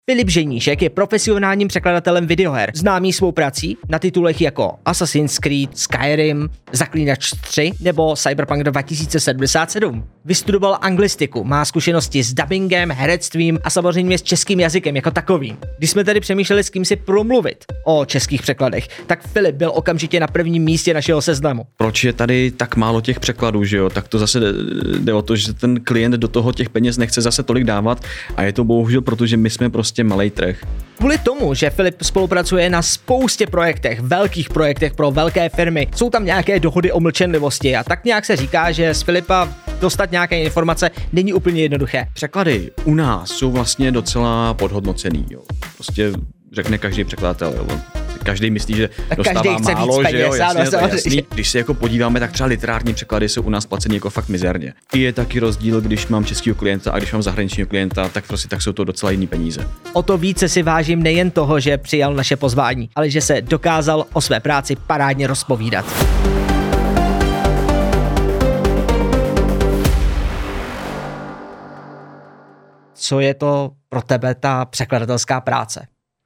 Filip Ženíšek je profesionálním překladatelem videoher, známý svou prací na titulech jako Assassin's Creed, Skyrim, Zaklínač 3 nebo Cyberpunk 2077. Vystudoval anglistiku, má zkušenosti s dubbingem, herectvím a samozřejmě s českým jazykem jako takovým. Když jsme tady přemýšleli, s kým si promluvit o českých překladech, tak Filip byl okamžitě na prvním místě našeho seznamu. Proč je tady tak málo těch překladů, že jo? Tak to zase jde o to, že ten klient do toho těch peněz nechce zase tolik dávat a je to bohužel, protože my jsme prostě malej trh. Kvůli tomu, že Filip spolupracuje na spoustě projektech, velkých projektech pro velké firmy, jsou tam nějaké dohody o mlčenlivosti a tak nějak se říká, že z Filipa dostat nějaké informace není úplně jednoduché. Překlady u nás jsou vlastně docela podhodnocený, jo. Prostě řekne každý překladatel, jo. Každý myslí, že dostává málo, že jo, jasný. Když se jako podíváme, tak třeba literární překlady jsou u nás placeny jako fakt mizerně. Je taky rozdíl, když mám českého klienta a když mám zahraničního klienta, tak prostě tak jsou to docela jiný peníze. O to více si vážím nejen toho, že přijal naše pozvání, ale že se dokázal o své práci parádně rozpovídat. Co je to pro tebe ta překladatelská práce?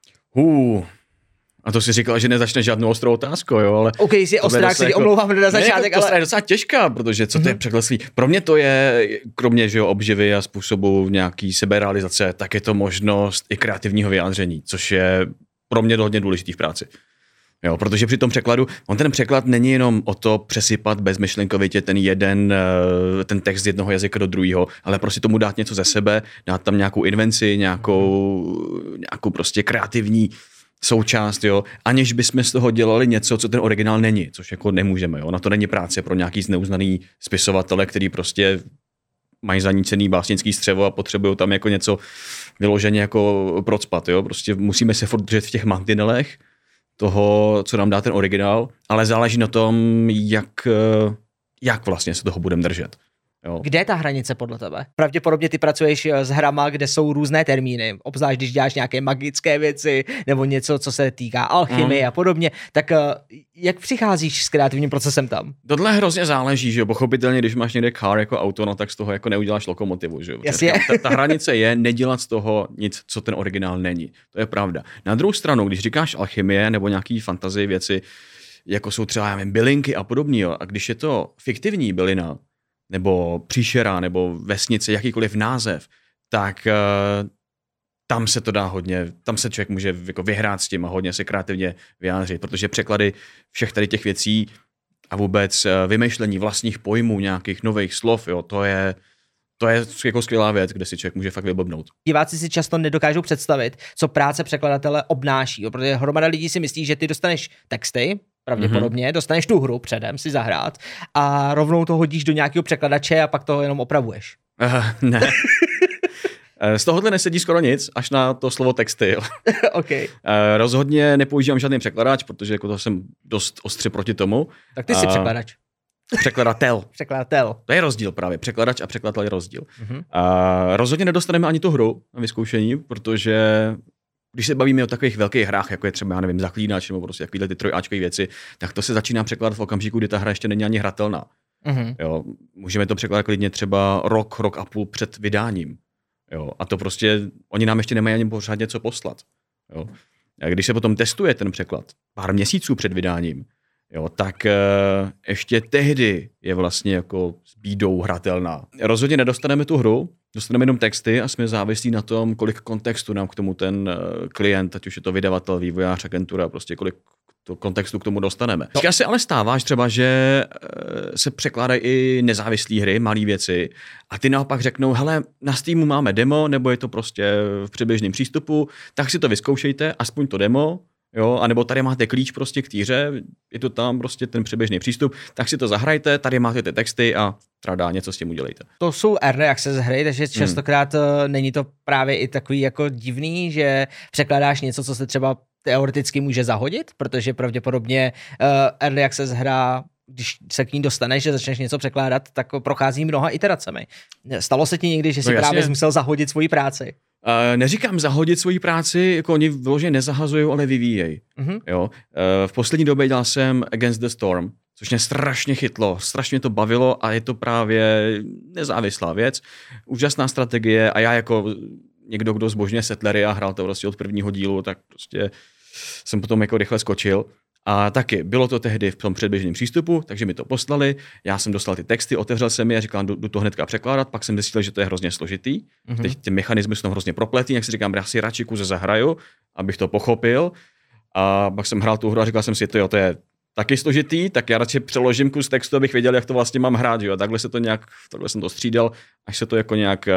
A to si říkal, že nezačne žádnou ostrou otázku, jo, ale... OK, jsi ostrák, se omlouvám na začátek, ale... To je docela těžká, protože co to je překladství? Pro mě to je, kromě že jo, obživy a způsobu nějaký seberealizace, tak je to možnost i kreativního vyjádření, což je pro mě hodně důležitý v práci. Jo, protože při tom překladu, ten překlad není jenom o to přesypat bezmyšlenkovitě ten text z jednoho jazyka do druhého, ale prostě tomu dát něco ze sebe, dát tam nějakou invenci, nějakou prostě kreativní součást, jo, aniž bychom z toho dělali něco, co ten originál není, což jako nemůžeme, jo. Na to není práce pro nějaký zneuznaný spisovatele, který prostě mají zanícený básnický střevo a potřebují tam jako něco vyloženě jako procpat, jo. Prostě musíme se furt držet v těch mantinelech toho, co nám dá ten originál, ale záleží na tom, jak vlastně se toho budeme držet. Jo. Kde je ta hranice podle tebe? Pravděpodobně ty pracuješ s hrama, kde jsou různé termíny, obzvlášť když děláš nějaké magické věci nebo něco, co se týká alchymie a podobně, tak jak přicházíš s kreativním procesem tam? Tohle hrozně záleží, že jo, pochopitelně, když máš někde car jako auto, no tak z toho jako neuděláš lokomotivu, že jo. Ta hranice je nedělat z toho nic, co ten originál není. To je pravda. Na druhou stranu, když říkáš alchymie nebo nějaký fantasy věci, jako jsou třeba, já nevím, bylinky a podobně, jo, a když je to fiktivní bylina, nebo příšera, nebo vesnice, jakýkoliv název, tak tam se to dá hodně, tam se člověk může jako vyhrát s tím a hodně se kreativně vyjádřit, protože překlady všech tady těch věcí a vůbec vymýšlení vlastních pojmů, nějakých nových slov, jo, to je jako skvělá věc, kde si člověk může fakt vyblbnout. Diváci si často nedokážou představit, co práce překladatele obnáší, jo, protože hromada lidí si myslí, že ty dostaneš texty, pravděpodobně, dostaneš tu hru předem si zahrát a rovnou to hodíš do nějakého překladače a pak to jenom opravuješ. Ne. Z tohohle nesedí skoro nic, až na to slovo textil. Okay. Rozhodně nepoužívám žádný překladač, protože jako to jsem dost ostře proti tomu. Tak ty jsi překladač. Překladatel. Překladatel. To je rozdíl právě. Překladač a překladatel je rozdíl. Rozhodně nedostaneme ani tu hru na vyzkoušení, protože když se bavíme o takových velkých hrách, jako je třeba, já nevím, Zaklínač nebo prostě takovýhle ty trojáčkové věci, tak to se začíná překládat v okamžiku, kdy ta hra ještě není ani hratelná. Jo, můžeme to překládat klidně třeba rok a půl před vydáním. Jo, a to prostě, oni nám ještě nemají ani pořádně co poslat. Jo. A když se potom testuje ten překlad pár měsíců před vydáním, jo, tak ještě tehdy je vlastně jako s bídou hratelná. Rozhodně nedostaneme tu hru, dostaneme jenom texty a jsme závislí na tom, kolik kontextu nám k tomu ten klient, ať už je to vydavatel, vývojář, agentura, prostě kolik to kontextu k tomu dostaneme. Teďka se ale stává třeba, že se překládají i nezávislé hry, malé věci a ty naopak řeknou, hele, na Steamu máme demo, nebo je to prostě v předběžném přístupu, tak si to vyzkoušejte, aspoň to demo, jo, anebo tady máte klíč prostě k té hře, je to tam prostě ten předběžný přístup, tak si to zahrajte, tady máte ty texty a tradá, něco s tím udělejte. To jsou early access hry, takže častokrát není to právě i takový jako divný, že překládáš něco, co se třeba teoreticky může zahodit, protože pravděpodobně early access hra, když se k ní dostaneš, že začneš něco překládat, tak prochází mnoha iteracemi. Stalo se ti někdy, že jsi právě musel zahodit svoji práci? Neříkám zahodit svoji práci, jako oni vloženě nezahazují, ale vyvíjejí. Jo? V poslední době dělal jsem Against the Storm, což mě strašně chytlo, strašně to bavilo a je to právě nezávislá věc, úžasná strategie a já jako někdo, kdo zbožňuje Settlery a hrál to prostě od prvního dílu, tak prostě jsem potom jako rychle skočil. A taky bylo to tehdy v tom předběžném přístupu, takže mi to poslali, já jsem dostal ty texty, otevřel jsem je a říkal, jdu to hnedka překládat, pak jsem zjistil, že to je hrozně složitý. Teď ty mechanismy jsou hrozně propletý, jak si říkám, já si radši kuze zahraju, abych to pochopil. A pak jsem hrál tu hru a říkal jsem si, to je taky složitý, tak já radši přeložím kus textu, abych věděl, jak to vlastně mám hrát. Jo? Takhle jsem to střídal, až se to jako nějak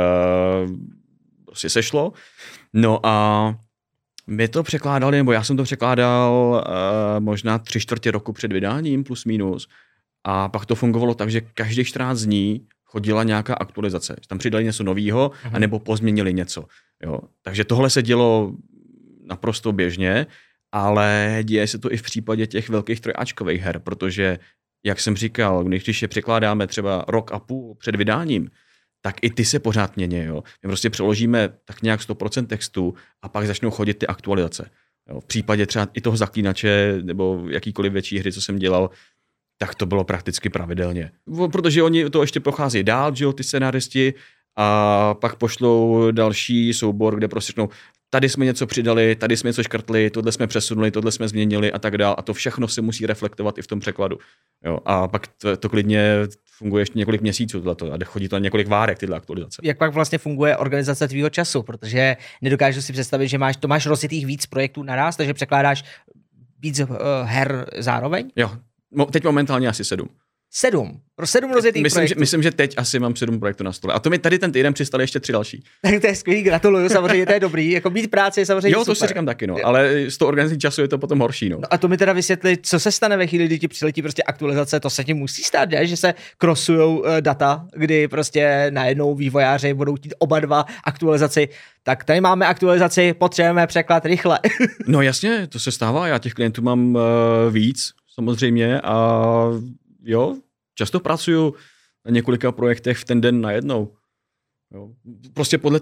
prostě sešlo. No a my to překládali, nebo já jsem to překládal možná 3/4 roku před vydáním, plus minus. A pak to fungovalo tak, že každých 14 dní chodila nějaká aktualizace. Tam přidali něco nového, anebo pozměnili něco. Jo? Takže tohle se dělo naprosto běžně, ale děje se to i v případě těch velkých trojáčkových her, protože, jak jsem říkal, když je překládáme třeba rok a půl před vydáním, tak i ty se pořád mění. Jo. My prostě přeložíme tak nějak 100% textu a pak začnou chodit ty aktualizace. Jo. V případě třeba i toho Zaklínače nebo jakýkoliv větší hry, co jsem dělal, tak to bylo prakticky pravidelně. Protože oni to ještě prochází dál, že jo, ty scenaristi, a pak pošlou další soubor, kde prostě řeknou, tady jsme něco přidali, tady jsme něco škrtli, tohle jsme přesunuli, tohle jsme změnili a tak dál. A to všechno se musí reflektovat i v tom překladu. Jo, a pak to klidně funguje ještě několik měsíců tohleto, a chodí to několik várek tyhle aktualizace. Jak pak vlastně funguje organizace tvýho času? Protože nedokážu si představit, že máš rozjetých víc projektů naraz, takže překládáš víc her zároveň? Jo, teď momentálně asi 7. 7 rozjetých projektů. Myslím, že teď asi mám 7 projektů na stole. A to mi tady ten týden přistali ještě 3 další. Tak to je skvělý, gratuluju, samozřejmě to je dobrý. Jako mít práci je samozřejmě jo, to super. Si říkám taky, no, ale z toho organizací času je to potom horší. No. No a to mi teda vysvětli, co se stane ve chvíli, kdy ti přiletí prostě aktualizace, to se ti musí stát, že se crosujou data, kdy prostě najednou vývojáři budou chtít oba dva aktualizaci. Tak tady máme aktualizaci, potřebujeme překlad rychle. No jasně, to se stává, já těch klientů mám víc samozřejmě a jo, často pracuju na několika projektech v ten den najednou. Jo. Prostě podle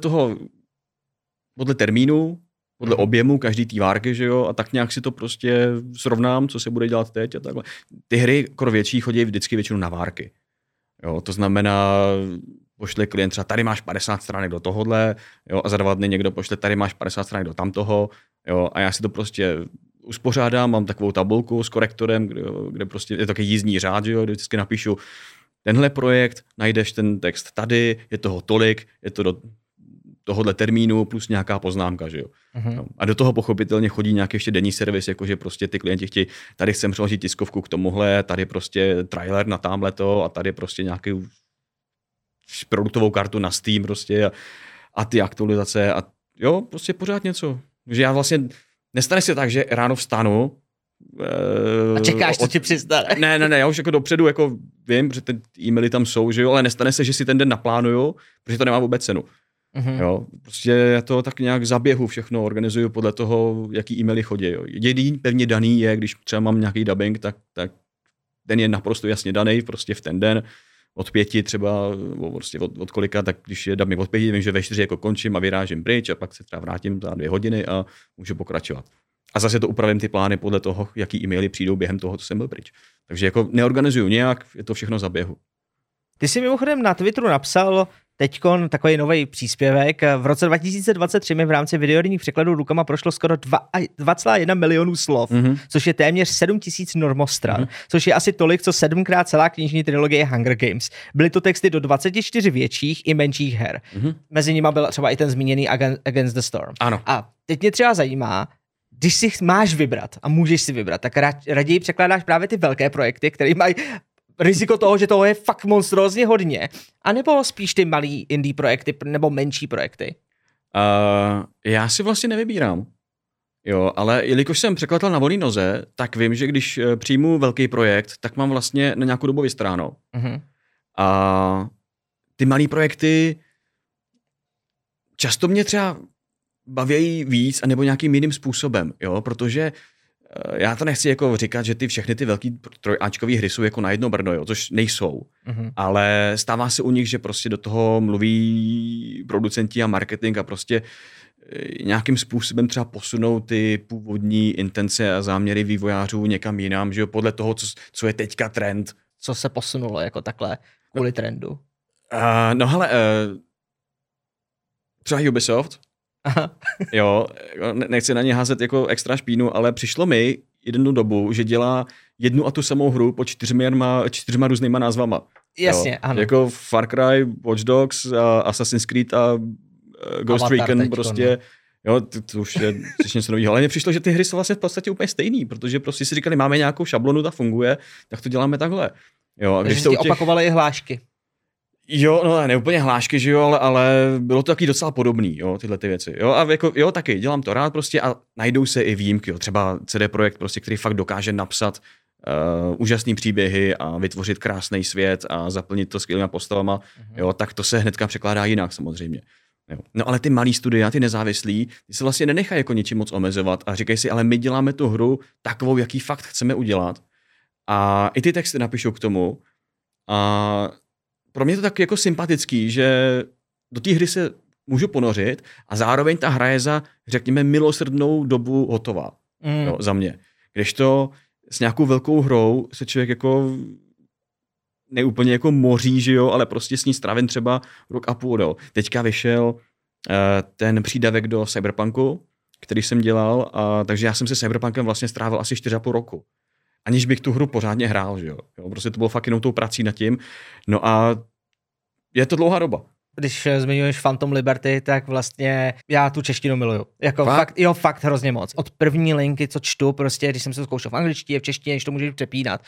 termínu, podle objemu každý té várky, že jo, a tak nějak si to prostě srovnám, co se bude dělat teď a takhle. Ty hry kor větší chodí vždycky většinou na várky. Jo, to znamená, pošle klient třeba, tady máš 50 stránek do tohohle, jo, a za 2 dny někdo pošle, tady máš 50 stránek do tamtoho, jo, a já si to prostě uspořádám, mám takovou tabulku s korektorem, kde prostě je taky jízdní řád, že jo, kde vždycky napíšu tenhle projekt, najdeš ten text tady, je toho tolik, je to do tohohle termínu plus nějaká poznámka, že jo. No. A do toho pochopitelně chodí nějaký ještě denní servis, jakože prostě ty klienti chtějí, tady chcem přeložit tiskovku k tomuhle, tady prostě trailer na támhleto a tady prostě nějakou produktovou kartu na Steam prostě a ty aktualizace a jo, prostě pořád něco. Takže já vlastně nestane se tak, že ráno vstanu a čekáš, co ti přistane. Ne, já už jako dopředu jako vím, že ty e-maily tam jsou, že jo, ale nestane se, že si ten den naplánuju, protože to nemá vůbec cenu. Jo, prostě já to tak nějak zaběhu všechno organizuju podle toho, jaký e-maily chodí. Jo. Jediný pevně daný je, když třeba mám nějaký dubbing, tak ten je naprosto jasně daný, prostě v ten den, od 5 třeba, prostě od kolika, tak když je dubbing od 5, vím, že ve 4 jako končím a vyrážím pryč a pak se třeba vrátím za 2 hodiny a můžu pokračovat. A zase to upravím ty plány podle toho, jaký e-maily přijdou během toho, co jsem byl pryč. Takže jako neorganizuju nějak, je to všechno za běhu. Ty jsi mimochodem na Twitteru napsal teďkon takový nový příspěvek. V roce 2023 mi v rámci videoherních překladů rukama prošlo skoro 2,1 milionu slov, což je téměř 7 000 normostran, což je asi tolik, co 7krát celá knižní trilogie Hunger Games. Byly to texty do 24 větších i menších her. Mezi nimi byl třeba i ten zmíněný Against the Storm. Ano. A teď mě třeba zajímá, když si máš vybrat a můžeš si vybrat, tak raději překládáš právě ty velké projekty, které mají riziko toho, že toho je fakt monstrózně hodně, anebo spíš ty malý indie projekty nebo menší projekty? Já si vlastně nevybírám. Jo, ale jelikož jsem překladatel na volné noze, tak vím, že když přijmu velký projekt, tak mám vlastně na nějakou dobu vystráno. A ty malý projekty často mě třeba baví víc anebo nějakým jiným způsobem, jo, protože já to nechci jako říkat, že všechny ty velký trojáčkový hry jsou jako na jedno brno, jo, což nejsou, ale stává se u nich, že prostě do toho mluví producenti a marketing a prostě nějakým způsobem třeba posunou ty původní intence a záměry vývojářů někam jinam, že jo, podle toho, co je teďka trend. Co se posunulo jako takhle kvůli trendu? No hele, třeba Ubisoft Jo, nechci na ně házet jako extra špínu, ale přišlo mi jednu dobu, že dělá jednu a tu samou hru pod čtyřma různýma názvama. Jasně, jo. ano. Jako Far Cry, Watch Dogs, Assassin's Creed a Ghost Recon prostě. Jo, to už je něco nového. Ale mně přišlo, že ty hry jsou vlastně v podstatě úplně stejný, protože prostě si říkali, máme nějakou šablonu, ta funguje, tak to děláme takhle. Jo, a když se opakovaly i hlášky. Jo, no ne úplně hlášky, že jo, ale bylo to taky docela podobný, jo, tyhle ty věci. Jo, a jako, jo, taky, dělám to rád prostě a najdou se i výjimky, jo, třeba CD Projekt prostě, který fakt dokáže napsat úžasný příběhy a vytvořit krásný svět a zaplnit to skvělýma postavama, jo, tak to se hnedka překládá jinak samozřejmě. Jo. No ale ty malý studia, ty nezávislí, ty se vlastně nenechají jako ničím moc omezovat a říkají si, ale my děláme tu hru takovou, jaký fakt chceme udělat a i ty texty napíšou k tomu a pro mě je to tak jako sympatický, že do té hry se můžu ponořit a zároveň ta hra je za, řekněme, milosrdnou dobu hotová. Jo, za mě. Kdežto s nějakou velkou hrou se člověk jako neúplně jako moří, že jo, ale prostě s ní strávím třeba rok a půl. Jo. Teďka vyšel ten přídavek do Cyberpunku, který jsem dělal, takže já jsem se Cyberpunkem vlastně strávil asi 4,5 roku. Aniž bych tu hru pořádně hrál, že jo. Prostě to bylo fakt jenom tou prací nad tím. No a je to dlouhá doba. Když zmiňuješ Phantom Liberty, tak vlastně já tu češtinu miluju. Jako fakt hrozně moc. Od první linky, co čtu, prostě, když jsem se zkoušel v angličtině, v češtině, když to můžeš přepínat,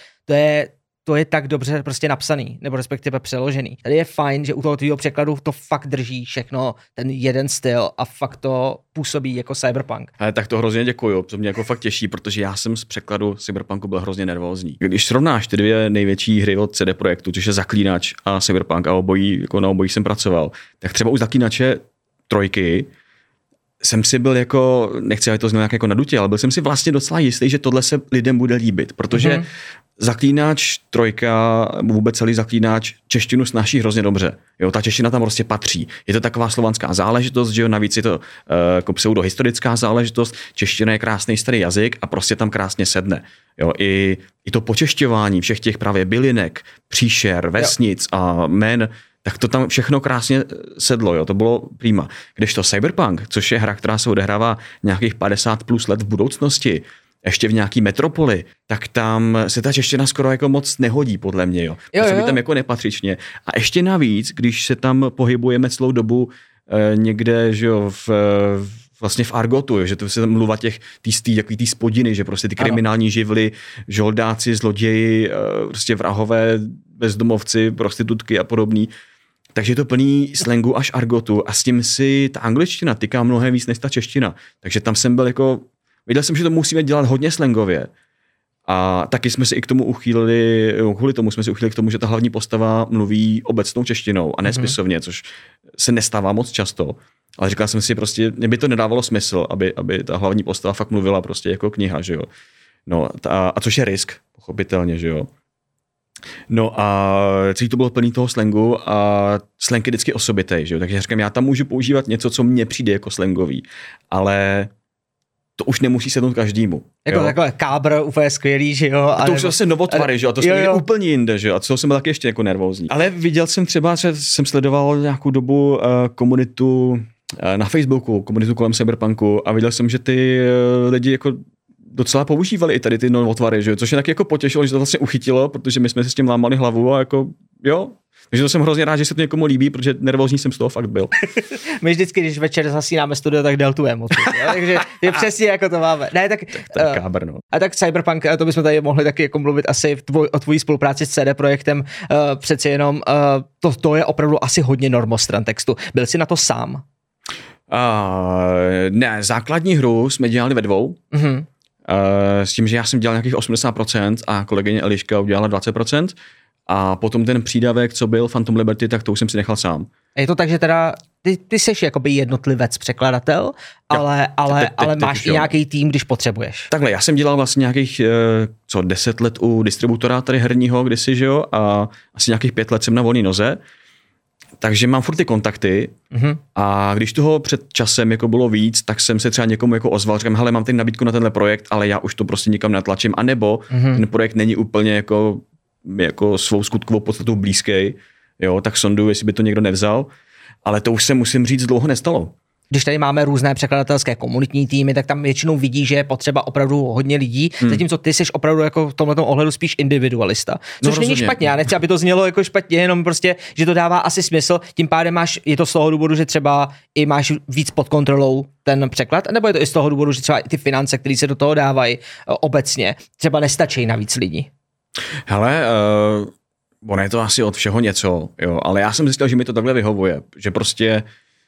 to je tak dobře prostě napsaný, nebo respektive přeložený. Tady je fajn, že u toho tvýho překladu to fakt drží všechno, ten jeden styl a fakt to působí jako Cyberpunk. Tak to hrozně děkuju, to mě jako fakt těší, protože já jsem z překladu Cyberpunku byl hrozně nervózní. Když srovnáš ty dvě největší hry od CD Projektu, což je Zaklínač a Cyberpunk a na obojích jsem pracoval, tak třeba u Zaklínače 3 jsem si byl jako, nechci, aby to znělo nějak jako nadutě, ale byl jsem si vlastně docela jistý, že tohle se lidem bude líbit, protože Zaklínač 3, vůbec celý Zaklínač češtinu snáší hrozně dobře. Jo, ta čeština tam prostě patří. Je to taková slovanská záležitost, že jo, navíc je to jako pseudohistorická záležitost, čeština je krásný starý jazyk a prostě tam krásně sedne. Jo, i to počešťování všech těch právě bylinek, příšer, vesnic a jmen, tak to tam všechno krásně sedlo, jo, to bylo prima. Kdežto Cyberpunk, což je hra, která se odehrává nějakých 50 plus let v budoucnosti, ještě v nějaký metropoli, tak tam se ta čeština skoro jako moc nehodí, podle mě, jo. By tam jako nepatřičně. A ještě navíc, když se tam pohybujeme celou dobu někde, že jo, vlastně v argotu, že to se tam mluva takový spodiny, že prostě ty kriminální živly, žoldáci, zloději, prostě vrahové, bezdomovci, prostitutky a podobný. Takže je to plný slangu až argotu a s tím si ta angličtina tyká mnohem víc než ta čeština. Takže tam jsem byl jako, viděl jsem, že to musíme dělat hodně slangově. A taky jsme se i k tomu uchýlili, kvůli tomu jsme se uchýlili k tomu, že ta hlavní postava mluví obecnou češtinou a ne spisovně, což se nestává moc často. Ale říkal jsem si prostě, mě by to nedávalo smysl, aby ta hlavní postava fakt mluvila prostě jako kniha, že jo. No a což je risk, pochopitelně, že jo. No a celý to bylo plný toho slangu a slang je vždycky osobitej, že jo. Takže říkám, já tam můžu používat něco, co mně přijde jako slangový, ale to už nemusí sednout každému. Jako takhle kábr, úplně skvělý, že jo. A to už zase novotvary, že jo, a to jsme úplně jinde, že jo, a co jsem byl taky ještě jako nervózní. Ale viděl jsem třeba, že jsem sledoval nějakou dobu komunitu na Facebooku, komunitu kolem Cyberpunku a viděl jsem, že ty lidi jako docela používali i tady ty novotvary, že jo, což je taky jako potěšilo, že to vlastně uchytilo, protože my jsme si s tím lámali hlavu a jako jo. Takže to jsem hrozně rád, že se to někomu líbí, protože nervózní jsem z toho fakt byl. My vždycky, když večer zasínáme studio, tak deltujeme. Takže je přesně jako to máme. Ne, tak kábr, no. A tak Cyberpunk, to bychom tady mohli taky jako mluvit asi o tvojí spolupráci s CD Projektem. Přeci jenom to je opravdu asi hodně normostran textu. Byl jsi na to sám? Ne, základní hru jsme dělali ve dvou. S tím, že já jsem dělal nějakých 80% a kolegyně Eliška udělala 20%. A potom ten přídavek, co byl Phantom Liberty, tak to už jsem si nechal sám. Je to tak, že teda ty jsi jakoby jednotlivec překladatel, ale máš i nějaký tým, když potřebuješ. Takhle, já jsem dělal vlastně nějakých 10 let u distributora tady herního kdysi, že jo, a asi nějakých 5 let jsem na volné noze. Takže mám furt ty kontakty a když toho před časem jako bylo víc, tak jsem se třeba někomu jako ozval, říkám, hele, mám tady nabídku na tenhle projekt, ale já už to prostě nikam netlačím, anebo ten projekt není úplně jako svou skutkovou podstatou blízký, jo, tak sonduju, jestli by to někdo nevzal, ale to už se musím říct dlouho nestalo. Když tady máme různé překladatelské komunitní týmy, tak tam většinou vidí, že je potřeba opravdu hodně lidí, zatímco ty jsi opravdu jako v tomto ohledu spíš individualista. Což není špatně, já nechci, aby to znělo jako špatně, jenom prostě, že to dává asi smysl, tím pádem je to z toho důvodu, že třeba i máš víc pod kontrolou ten překlad, nebo je to i z toho důvodu, že třeba ty finance, které se do toho dávají obecně, třeba nestačí na víc lidí. Hele, ono je to asi od všeho něco, jo, ale já jsem zjistil, že mi to takhle vyhovuje, že prostě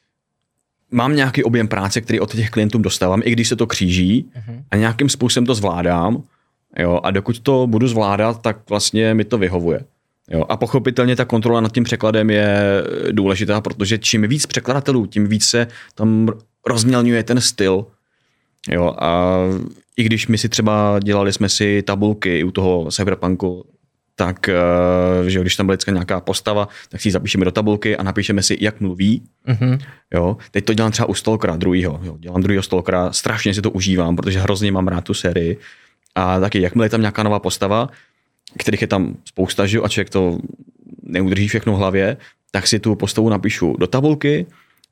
mám nějaký objem práce, který od těch klientů dostávám, i když se to kříží a nějakým způsobem to zvládám, jo, a dokud to budu zvládat, tak vlastně mi to vyhovuje. Jo, a pochopitelně ta kontrola nad tím překladem je důležitá, protože čím víc překladatelů, tím víc se tam rozmělňuje ten styl. Jo, a i když my si třeba dělali jsme si tabulky u toho Cyberpunku, tak že když tam byla vždycky nějaká postava, tak si ji zapíšeme do tabulky a napíšeme si, jak mluví. Jo, teď to dělám třeba u Stalkera druhýho. Jo, dělám druhýho Stalkera, strašně si to užívám, protože hrozně mám rád tu sérii. A taky, jakmile je tam nějaká nová postava, kterých je tam spousta, že jo, a člověk to neudrží všechno v hlavě, tak si tu postavu napíšu do tabulky,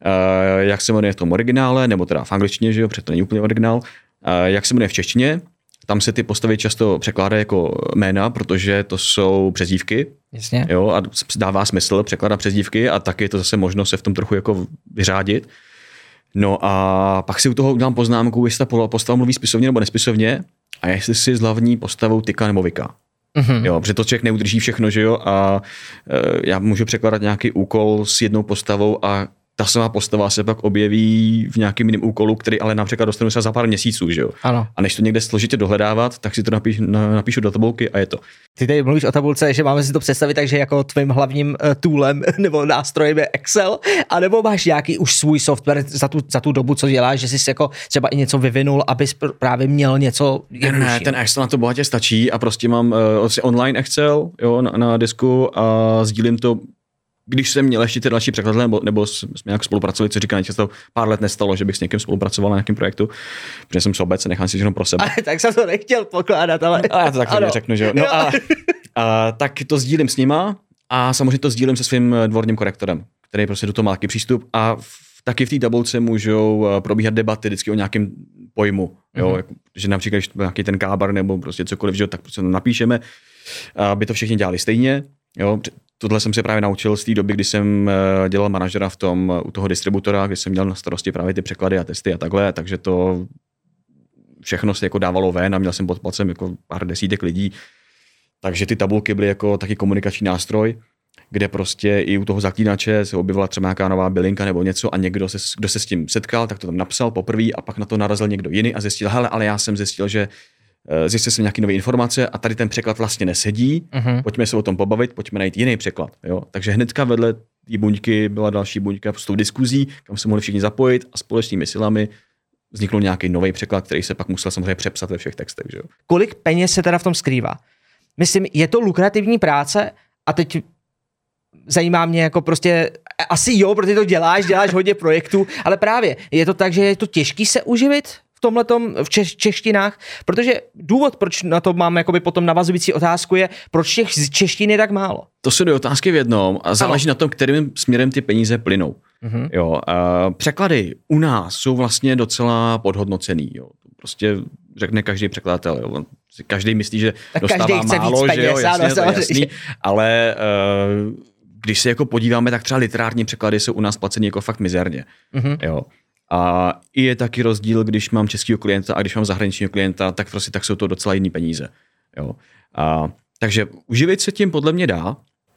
jak se jmenuje v tom originále, nebo teda v angličtině, že jo, protože to není úplně originál, jak se jmenuje v češtině. Tam se ty postavy často překládají jako jména, protože to jsou přezdívky. Jasně. Jo, a dává smysl překládat přezdívky a taky je to zase možno se v tom trochu jako vyřádit. No a pak si u toho udělám poznámku, jestli ta postava mluví spisovně nebo nespisovně a jestli si s hlavní postavou tyka nebo vyká. Jo, protože to člověk neudrží všechno, že jo, a já můžu překládat nějaký úkol s jednou postavou a ta samá postava se pak objeví v nějakým jiném úkolu, který ale například dostanu se za pár měsíců, že jo. Ano. A než to někde složitě dohledávat, tak si to napíšu do tabulky a je to. Ty tady mluvíš o tabulce, že máme si to představit, takže jako tvým hlavním toolem nebo nástrojem je Excel, anebo máš nějaký už svůj software za tu dobu, co děláš, že jsi jako třeba i něco vyvinul, abys právě měl něco jednodušší. Ne, ten Excel na to bohatě stačí a prostě mám online Excel, jo, na disku a sdílím to. Když jsem měl ještě ty další překladatelé, nebo jsme nějak spolupracovali, co říká, že to pár let nestalo, že bych s někým spolupracoval na nějakém projektu, protože jsem sobec, nechám si jenom pro sebe. Tak jsem to nechtěl pokládat, ale... A já to taky řeknu, že jo. No a tak to sdílím s nima a samozřejmě to sdílím se svým dvorním korektorem, který prostě do toho má taky přístup a taky v té tabulce můžou probíhat debaty vždycky o nějakém pojmu, jo, že například, když to nějaký ten kábar nebo prostě cokoliv, že jo, tak prostě to napíšeme, aby to všichni dělali stejně, jo. Tohle jsem se právě naučil z té doby, kdy jsem dělal manažera u toho distributora, kde jsem měl na starosti právě ty překlady a testy a takhle, takže to všechno se jako dávalo ven a měl jsem pod palcem jako pár desítek lidí. Takže ty tabulky byly jako taky komunikační nástroj, kde prostě i u toho zaklínače se objevila třeba nějaká nová bylinka nebo něco a někdo kdo se s tím setkal, tak to tam napsal poprvé a pak na to narazil někdo jiný a zjistil, hele, ale já jsem zjistil, že zjistil jsem nějaké nové informace a tady ten překlad vlastně nesedí, pojďme se o tom pobavit, pojďme najít jiný překlad. Jo? Takže hnedka vedle té buňky byla další buňka s tou diskuzí, kam se mohli všichni zapojit a společnými silami vznikl nějaký nový překlad, který se pak musel samozřejmě přepsat ve všech textech. Že jo? Kolik peněz se teda v tom skrývá? Myslím, je to lukrativní práce a teď zajímá mě jako prostě, asi jo, protože to děláš hodně projektů, ale právě je to tak, že je to těžký se uživit v tomhletom, v češtinách, protože důvod, proč na to máme jakoby potom navazující otázku je, proč těch češtin je tak málo. To jsou dvě otázky v jednom a záleží na tom, kterým směrem ty peníze plynou. Jo, překlady u nás jsou vlastně docela podhodnocený. Jo. Prostě řekne každý překladatel. Jo. Každý myslí, že tak dostává málo, peněz, že jo, jasně, to je jasný, ale když se jako podíváme, tak třeba literární překlady jsou u nás placeny jako fakt mizerně. Jo. A i je taky rozdíl, když mám českého klienta a když mám zahraničního klienta, tak prostě tak jsou to docela jiný peníze. Jo. Takže uživit se tím podle mě dá.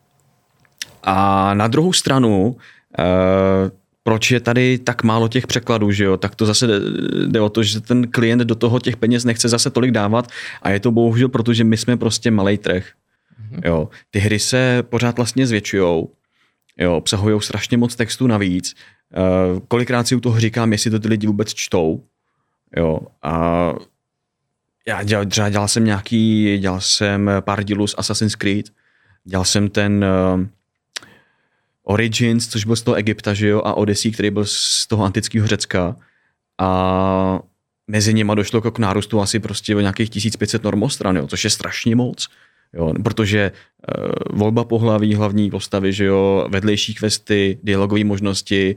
A na druhou stranu, proč je tady tak málo těch překladů, že jo? Tak to zase jde o to, že ten klient do toho těch peněz nechce zase tolik dávat a je to bohužel, protože my jsme prostě malej trh. Jo. Ty hry se pořád vlastně zvětšujou, jo, obsahujou strašně moc textů navíc. Kolikrát si u toho říkám, jestli to ty lidi vůbec čtou. Jo. A já dělal jsem pár dílů z Assassin's Creed, dělal jsem ten Origins, což byl z toho Egypta, že jo, a Odyssey, který byl z toho antického Řecka. A mezi nimi došlo k nárůstu asi prostě o nějakých 1500 normostran, jo, což je strašně moc. Jo, protože volba pohlaví, hlavní postavy, že jo, vedlejší questy, dialogové možnosti,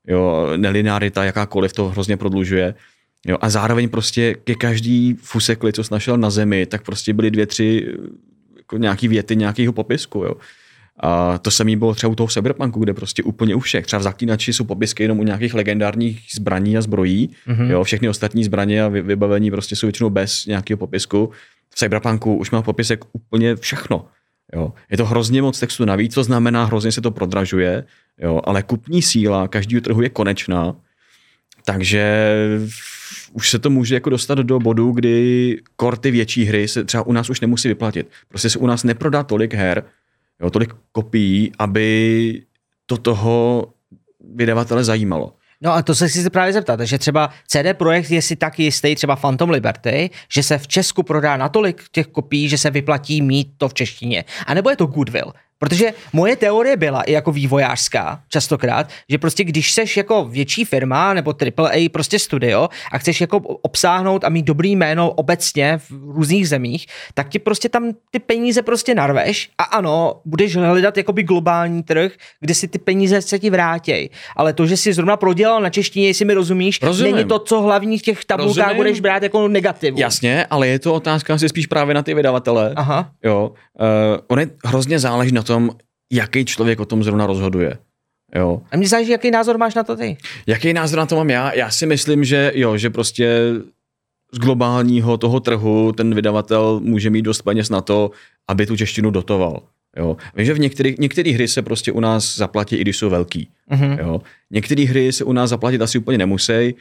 jo, nelinearita, jakákoliv to hrozně prodlužuje. Jo, a zároveň prostě ke každý fusekli, co jsi našel na zemi, tak prostě byly 2-3 jako nějaký věty nějakého popisku. Jo. A to samé bylo třeba u toho Cyberpunku, kde prostě úplně u všech. Třeba v Zaklínači jsou popisky jenom u nějakých legendárních zbraní a zbrojí. Jo, všechny ostatní zbraně a vybavení prostě jsou většinou bez nějakého popisku. V Cyberpunku už má popisek úplně všechno. Jo. Je to hrozně moc textu navíc, co znamená, hrozně se to prodražuje, jo, ale kupní síla každého trhu je konečná, takže už se to může jako dostat do bodu, kdy ty větší hry se třeba u nás už nemusí vyplatit. Prostě se u nás neprodá tolik her, jo, tolik kopií, aby to toho vydavatele zajímalo. No a to se chci právě zeptat, že třeba CD Projekt je si tak jistý, třeba Phantom Liberty, že se v Česku prodá natolik těch kopií, že se vyplatí mít to v češtině. A nebo je to goodwill? Protože moje teorie byla i jako vývojářská častokrát, že prostě když seš jako větší firma nebo AAA prostě studio a chceš jako obsáhnout a mít dobrý jméno obecně v různých zemích, tak ti prostě tam ty peníze prostě narveš a ano, budeš hledat jakoby globální trh, kde si ty peníze se ti vrátěj. Ale to, že jsi zrovna prodělal na češtině, jestli mi rozumíš, není to, co hlavní v těch tabulkách budeš brát jako negativu. Jasně, ale je to otázka asi spíš právě na ty vydavatele. Aha. Jo. On je hrozně záleží na tom, jaký člověk o tom zrovna rozhoduje. Jo. A mě záleží, jaký názor máš na to ty? Jaký názor na to mám já? Já si myslím, že jo, že prostě z globálního toho trhu ten vydavatel může mít dost peněz na to, aby tu češtinu dotoval. Jo. Vím, že v některé hry se prostě u nás zaplatí, i když jsou velký. Jo. Některé hry se u nás zaplatit asi úplně nemusí,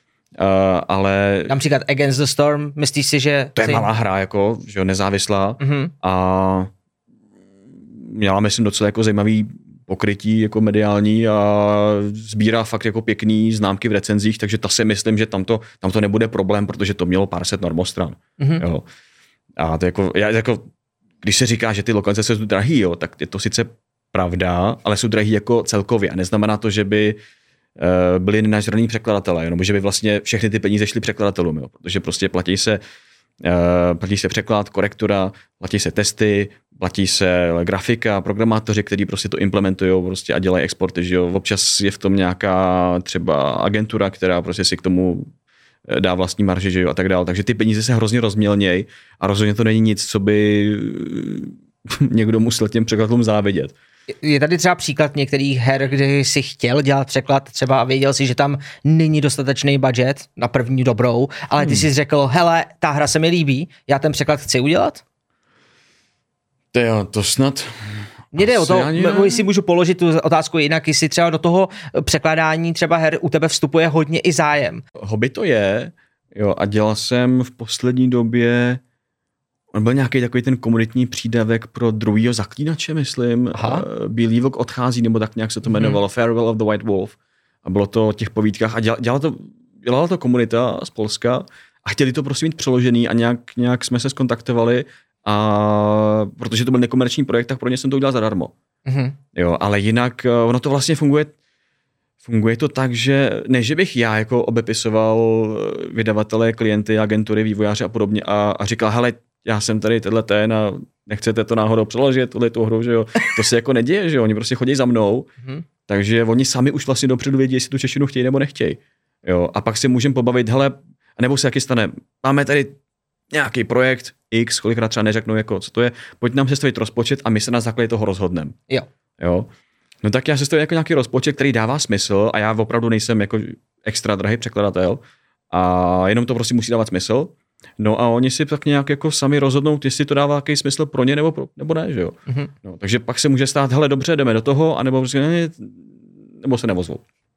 ale... Například Against the Storm, myslíš si, že... To je malá hra, jako, že jo, nezávislá. A měla, myslím, docela jako zajímavý pokrytí jako mediální a sbírá fakt jako pěkný známky v recenzích, takže ta si myslím, že tam to nebude problém, protože to mělo pár set normostran. Jo. A to jako, když se říká, že ty lokalizace jsou drahý, jo, tak je to sice pravda, ale jsou drahý jako celkově a neznamená to, že by byli nenažraný překladatelé, nebo že by vlastně všechny ty peníze šly překladatelům, jo, protože prostě platí se překlad, korektura, platí se testy, platí se grafika, programátoři, kteří prostě to implementují prostě a dělají exporty, že jo. Občas je v tom nějaká třeba agentura, která prostě si k tomu dá vlastní marži, že jo, a tak dále. Takže ty peníze se hrozně rozmělnějí a rozhodně to není nic, co by někdo musel těm překladatelům závidět. Je tady třeba příklad některých her, kdy jsi chtěl dělat překlad třeba a věděl si, že tam není dostatečný budget na první dobrou, ale ty jsi řekl, hele, ta hra se mi líbí, já ten překlad chci udělat? To snad... Mně jde o to, jestli můžu položit tu otázku jinak, jestli třeba do toho překládání třeba her u tebe vstupuje hodně i zájem. Hobby to je, jo, a dělal jsem v poslední době, on byl nějaký takový ten komunitní přídavek pro druhýho Zaklínače, myslím. Bílý vlk odchází, nebo tak nějak se to jmenovalo, Farewell of the White Wolf. A bylo to o těch povídkách a dělala to komunita z Polska a chtěli to prostě mít přeložený a nějak jsme se skontaktovali a protože to byl nekomerční projekt, tak pro ně jsem to udělal zadarmo. Jo, ale jinak ono to vlastně funguje to tak, že ne, že bych já jako obepisoval vydavatele, klienty, agentury, vývojáře a podobně a říkal, hele, já jsem tady ten a nechcete to náhodou přeložit, tu hru, že jo. To se jako neděje, že jo, oni prostě chodí za mnou, takže oni sami už vlastně dopředu vědí, jestli tu češtinu chtějí nebo nechtějí. Jo, a pak si můžeme pobavit, hele, nebo se jaký stane, máme tady nějaký projekt X, kolikrát třeba neřeknou, jako, co to je, pojď nám sestavit rozpočet a my se na základě toho rozhodneme. Jo. No tak já sestavím jako nějaký rozpočet, který dává smysl a já opravdu nejsem jako extra drahý překladatel a jenom to prostě musí dávat smysl. No a oni si tak nějak jako sami rozhodnou, jestli to dává jaký smysl pro ně nebo ne, že jo. No, takže pak se může stát, hele, dobře, jdeme do toho, anebo prostě ne, nebo se nevozvou.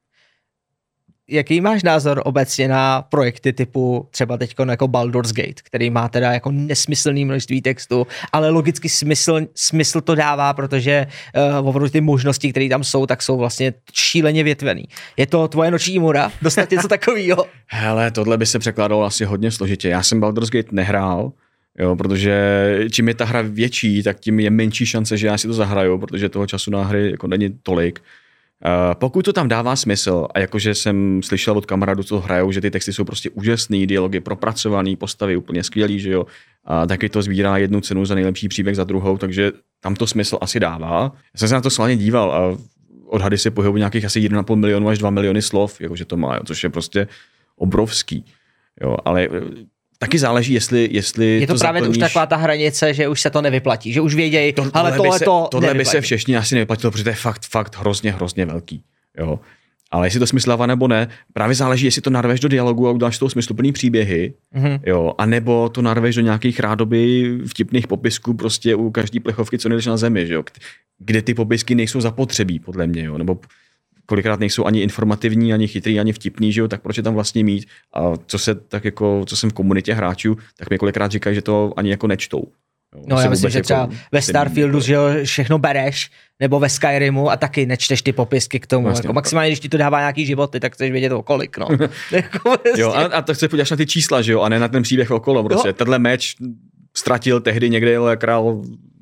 Jaký máš názor obecně na projekty typu třeba teď jako Baldur's Gate, který má teda jako nesmyslný množství textu, ale logicky smysl to dává, protože opravdu ty možnosti, které tam jsou, tak jsou vlastně šíleně větvený. Je to tvoje noční můra? Dostat něco takového? Hele, tohle by se překládalo asi hodně složitě. Já jsem Baldur's Gate nehrál, jo, protože čím je ta hra větší, tak tím je menší šance, že já si to zahraju, protože toho času na hry jako není tolik. Pokud to tam dává smysl, a jakože jsem slyšel od kamarádů, co hrajou, že ty texty jsou prostě úžasný, dialogy propracovaný, postavy úplně skvělý, že jo, a taky to sbírá jednu cenu za nejlepší příběh za druhou, takže tam to smysl asi dává. Já jsem se na to slavně díval a odhady se pohybují nějakých asi 1,5 milionu až 2 miliony slov, jakože to má, jo, což je prostě obrovský. Jo, ale taky záleží, jestli je to právě zaplníš... už taková ta hranice, že už se to nevyplatí, že už vědějí, ale tohle by se v češtině asi nevyplatilo, protože to je fakt hrozně velký. Jo. Ale jestli to smysl dává nebo ne, právě záleží, jestli to narveš do dialogu a uděláš toho smysluplný příběhy, jo, anebo to narveš do nějakých rádoby vtipných popisků prostě u každý plechovky, co nejdeš na zemi, že jo, kde ty popisky nejsou zapotřebí, podle mě, jo, nebo kolikrát nejsou ani informativní, ani chytrý, ani vtipný, že jo, tak proč je tam vlastně mít? A co jsem v komunitě hráčů, tak mi kolikrát říkají, že to ani jako nečtou. Jo, no já myslím, že třeba ve Starfieldu, že jo, všechno bereš, nebo ve Skyrimu a taky nečteš ty popisky k tomu. Vlastně, jako maximálně, když ti to dává nějaký životy, tak chceš vědět o kolik, no. Jo, a tak se podíváš na ty čísla, že jo, a ne na ten příběh okolo, prostě. Tenhle meč ztratil tehdy někde král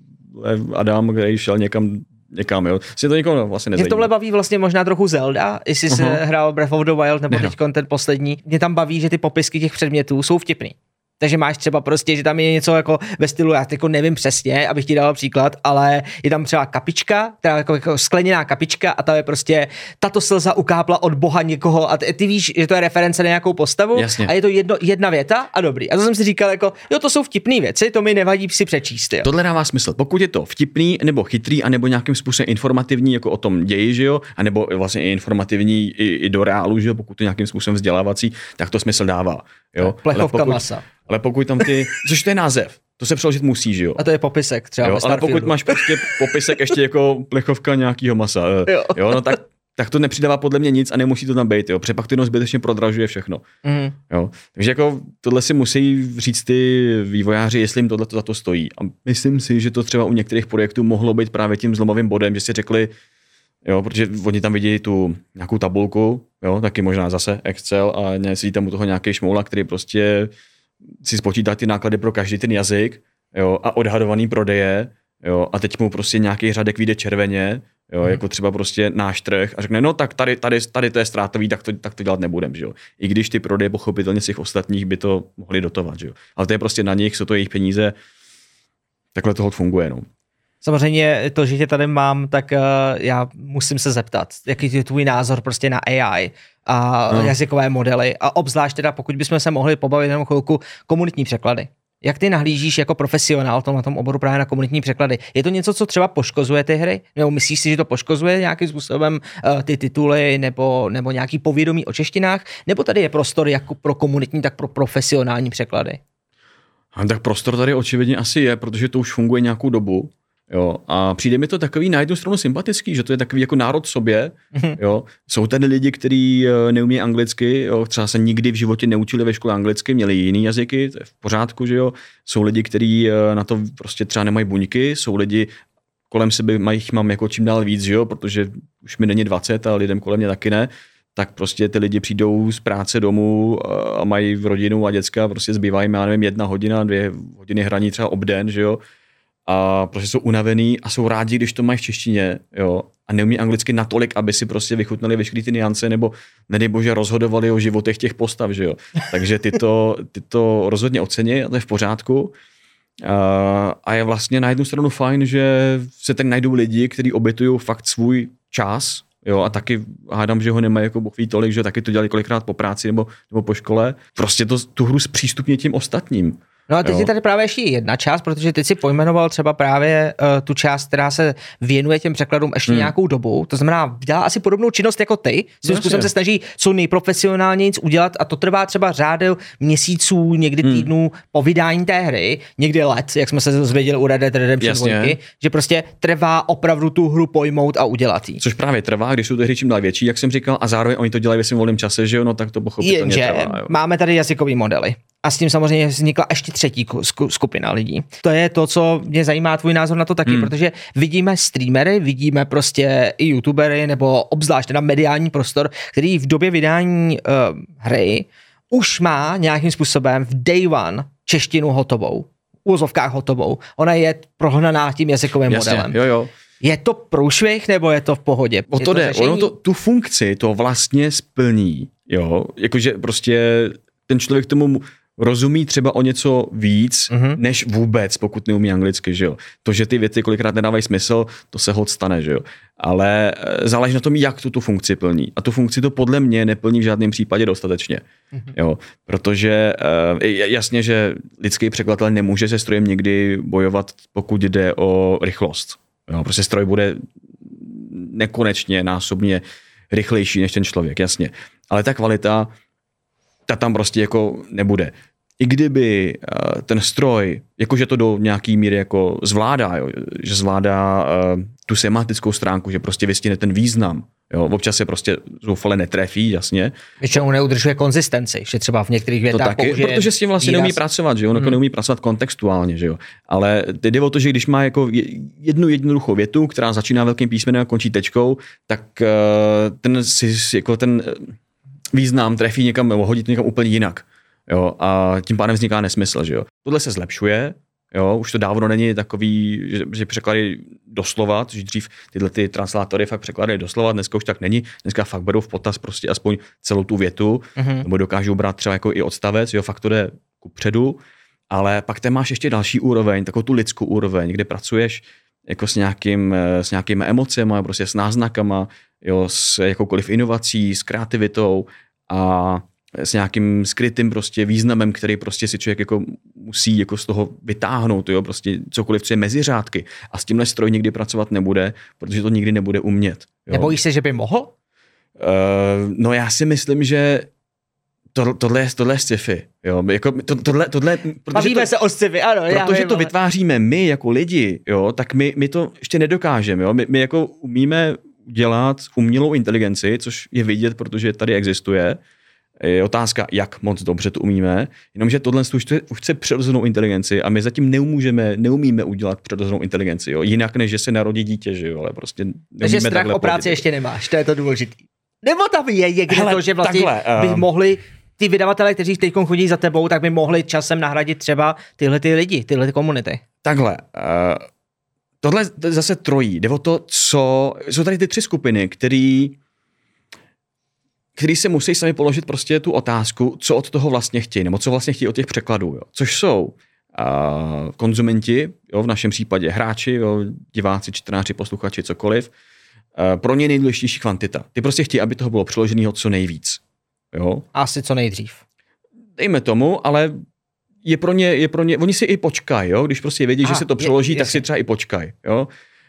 Adam, který šel někam, jo. Si to nikoho vlastně nezajímá. Mě v tomhle baví vlastně možná trochu Zelda, jestli jsi hrál Breath of the Wild, nebo teďkon ten poslední. Mě tam baví, že ty popisky těch předmětů jsou vtipný. Takže máš třeba prostě, že tam je něco jako ve stylu, já jako nevím přesně, abych ti dal příklad, ale je tam třeba kapička, která jako skleněná kapička a ta je prostě, tato slza ukápla od boha někoho a ty víš, že to je reference na nějakou postavu. Jasně. A je to jedna věta a dobrý. A to jsem si říkal jako, jo, to jsou vtipný věci, to mi nevadí si přečíst. Jo. Tohle dává smysl. Pokud je to vtipný nebo chytrý, anebo nějakým způsobem informativní, jako o tom ději, že jo, anebo vlastně i informativní i do reálu, že jo, pokud to nějakým způsobem vzdělávací, tak to smysl dává. Jo. Plechovka masa. Ale pokud tam což to je název, to se přeložit musí, že jo. A to je popisek třeba. Jo, ale pokud máš prostě popisek ještě jako plechovka nějakýho masa, jo, no tak to nepřidává podle mě nic a nemusí to tam být, jo. Protože pak to jenom zbytečně prodražuje všechno. Jo. Takže jako tohle si musí říct ty vývojáři, jestli jim tohle za to stojí. A myslím si, že to třeba u některých projektů mohlo být právě tím zlomovým bodem, že si řekli, jo, protože oni tam vidí tu nějakou tabulku, jo, taky možná zase Excel a nesedí tam u toho nějaký šmoula, který prostě si spočítá ty náklady pro každý ten jazyk, jo, a odhadovaný prodeje, jo, a teď mu prostě nějaký řadek vyjde červeně, jo, jako třeba prostě náš trh a řekne, no tak tady to je ztrátový, tak to dělat nebudem, že jo. I když ty prodeje pochopitelně z těch ostatních by to mohli dotovat, že jo. Ale to je prostě na nich, jsou to jejich peníze, takhle toho funguje, no. Samozřejmě to, že tě tady mám, tak já musím se zeptat, jaký je tvůj názor prostě na AI a jazykové modely a obzvlášť teda, pokud bychom se mohli pobavit jenom chvilku, komunitní překlady. Jak ty nahlížíš jako profesionál na tom oboru právě na komunitní překlady? Je to něco, co třeba poškozuje ty hry? Nebo myslíš si, že to poškozuje nějakým způsobem ty tituly nebo nějaký povědomí o češtinách? Nebo tady je prostor jak pro komunitní, tak pro profesionální překlady? Tak prostor tady očividně asi je, protože to už funguje nějakou dobu. Jo, a přijde mi to takový na jednu stranu sympatický, že to je takový jako národ sobě. Jo. Jsou tady lidi, kteří neumí anglicky, jo, třeba se nikdy v životě neučili ve škole anglicky, měli jiný jazyky, to je v pořádku, že jo. Jsou lidi, kteří na to prostě třeba nemají buňky, jsou lidi kolem sebe, mám jako čím dál víc, že jo, protože už mi není 20 a lidem kolem mě taky ne. Tak prostě ty lidi přijdou z práce domů a mají rodinu a děcka, prostě zbývají, já nevím, 1 hodina, 2 hodiny hraní třeba obden, že jo. A prostě jsou unavený a jsou rádi, když to mají v češtině, jo, a neumí anglicky natolik, aby si prostě vychutnali veškerý ty nuance, nebo nedej bože rozhodovali o životech těch postav, že jo. Takže ty to rozhodně ocení a to je v pořádku. A je vlastně na jednu stranu fajn, že se tak najdou lidi, kteří obětují fakt svůj čas, jo, a taky hádám, že ho nemají jako Bůh ví tolik, že taky to dělali kolikrát po práci nebo po škole. Prostě tu hru zpřístupně tím ostatním. No a teď je tady právě ještě jedna část, protože teď si pojmenoval třeba právě tu část, která se věnuje těm překladům ještě nějakou dobu. To znamená, dělá asi podobnou činnost jako ty. Svým způsobem se snaží co nejprofesionálněji udělat a to trvá třeba řádu měsíců, někdy týdnů po vydání té hry, někdy let, jak jsme se dozvěděli u Red Dead Redemption 2, že prostě trvá opravdu tu hru pojmout a udělat ji. Což právě trvá, když jsou ty hry čím dál větší, jak jsem říkal, a zároveň oni to dělají ve svém volném čase, že jo, no tak to pochopitelně trvá. Jo. Máme tady jazykový modely. A s tím samozřejmě vznikla ještě třetí skupina lidí. To je to, co mě zajímá tvůj názor na to taky, protože vidíme streamery, vidíme prostě i youtubery, nebo obzvlášť teda mediální prostor, který v době vydání hry už má nějakým způsobem v day one češtinu hotovou, v uvozovkách hotovou. Ona je prohnaná tím jazykovým modelem. Jo. Je to průšvih, nebo je to v pohodě? O to jde, ono tu funkci to vlastně splní, jo, jakože prostě ten člověk tomu rozumí třeba o něco víc, než vůbec, pokud neumí anglicky, že jo. To, že ty věty kolikrát nedávají smysl, to se hod stane, že jo. Ale záleží na tom, jak tu funkci plní. A tu funkci to podle mě neplní v žádném případě dostatečně. Jo. Protože jasně, že lidský překladatel nemůže se strojem nikdy bojovat, pokud jde o rychlost. Jo. Prostě stroj bude nekonečně násobně rychlejší než ten člověk, jasně. Ale ta kvalita, ta tam prostě jako nebude. I kdyby ten stroj, jakože to do nějaký míry jako zvládá, jo, že zvládá tu semantickou stránku, že prostě vystihne ten význam, jo, občas se prostě zoufale netrefí, jasně. Většinou neudržuje konzistenci, že třeba v některých větách použije protože s tím vlastně neumí pracovat, že jo, neumí pracovat kontextuálně, že jo. Ale jde o to, že když má jako jednu jednoduchou větu, která začíná velkým písmenem a končí tečkou, tak ten význam trefí někam, nebo hodí někam úplně jinak. Jo, a tím pádem vzniká nesmysl, že jo. Tohle se zlepšuje, jo, už to dávno není takový, že překlady doslova, že dřív tyhle ty translátory fakt překladají doslova, dneska už tak není, dneska fakt berou v potaz prostě aspoň celou tu větu, nebo dokážou brát třeba jako i odstavec, jo, fakt to jde kupředu, ale pak tam máš ještě další úroveň, takovou tu lidskou úroveň, kde pracuješ jako s nějakými emocemi, prostě s náznakama, jo, s jakoukoliv inovací, s kreativitou a s nějakým skrytým prostě významem, který prostě si člověk jako musí jako z toho vytáhnout, jo, prostě cokoliv, co je mezi řádky. A s tímhle stroj nikdy pracovat nebude, protože to nikdy nebude umět. Jo. Nebojíš se, že by mohl? No já si myslím, že tohle je sci-fi. Jo, jako tohle bavíme se o sci-fi, ano. Protože to vytváříme my jako lidi, jo, tak my to ještě nedokážeme. Jo. My jako umíme dělat umělou inteligenci, což je vidět, protože tady existuje. Je otázka, jak moc dobře to umíme, jenomže tohle už chce přirozenou inteligenci a my zatím neumíme udělat přirozenou inteligenci, jo? Jinak než že se narodí dítě, že jo, ale prostě takže strach o práci ještě nemáš, to je to důležitý. Nebo tam je někde to, že vlastně by mohli ty vydavatelé, kteří teď chodí za tebou, tak by mohli časem nahradit třeba tyhle ty lidi, tyhle ty komunity. Takhle, tohle zase trojí, jde o to, co jsou tady ty 3 skupiny, který se musí sami položit prostě tu otázku, co od toho vlastně chtějí, nebo co vlastně chtějí od těch překladů, jo. Což jsou konzumenti, jo, v našem případě hráči, jo, diváci, čtenáři, posluchači, cokoliv. Pro ně nejdůležitější kvantita. Ty prostě chtějí, aby toho bylo přeloženého co nejvíc. Jo. Asi co nejdřív. Dejme tomu, ale je pro ně, oni si i počkají, jo, když prostě vědí, že se to přeloží, tak si třeba i počkají, jo.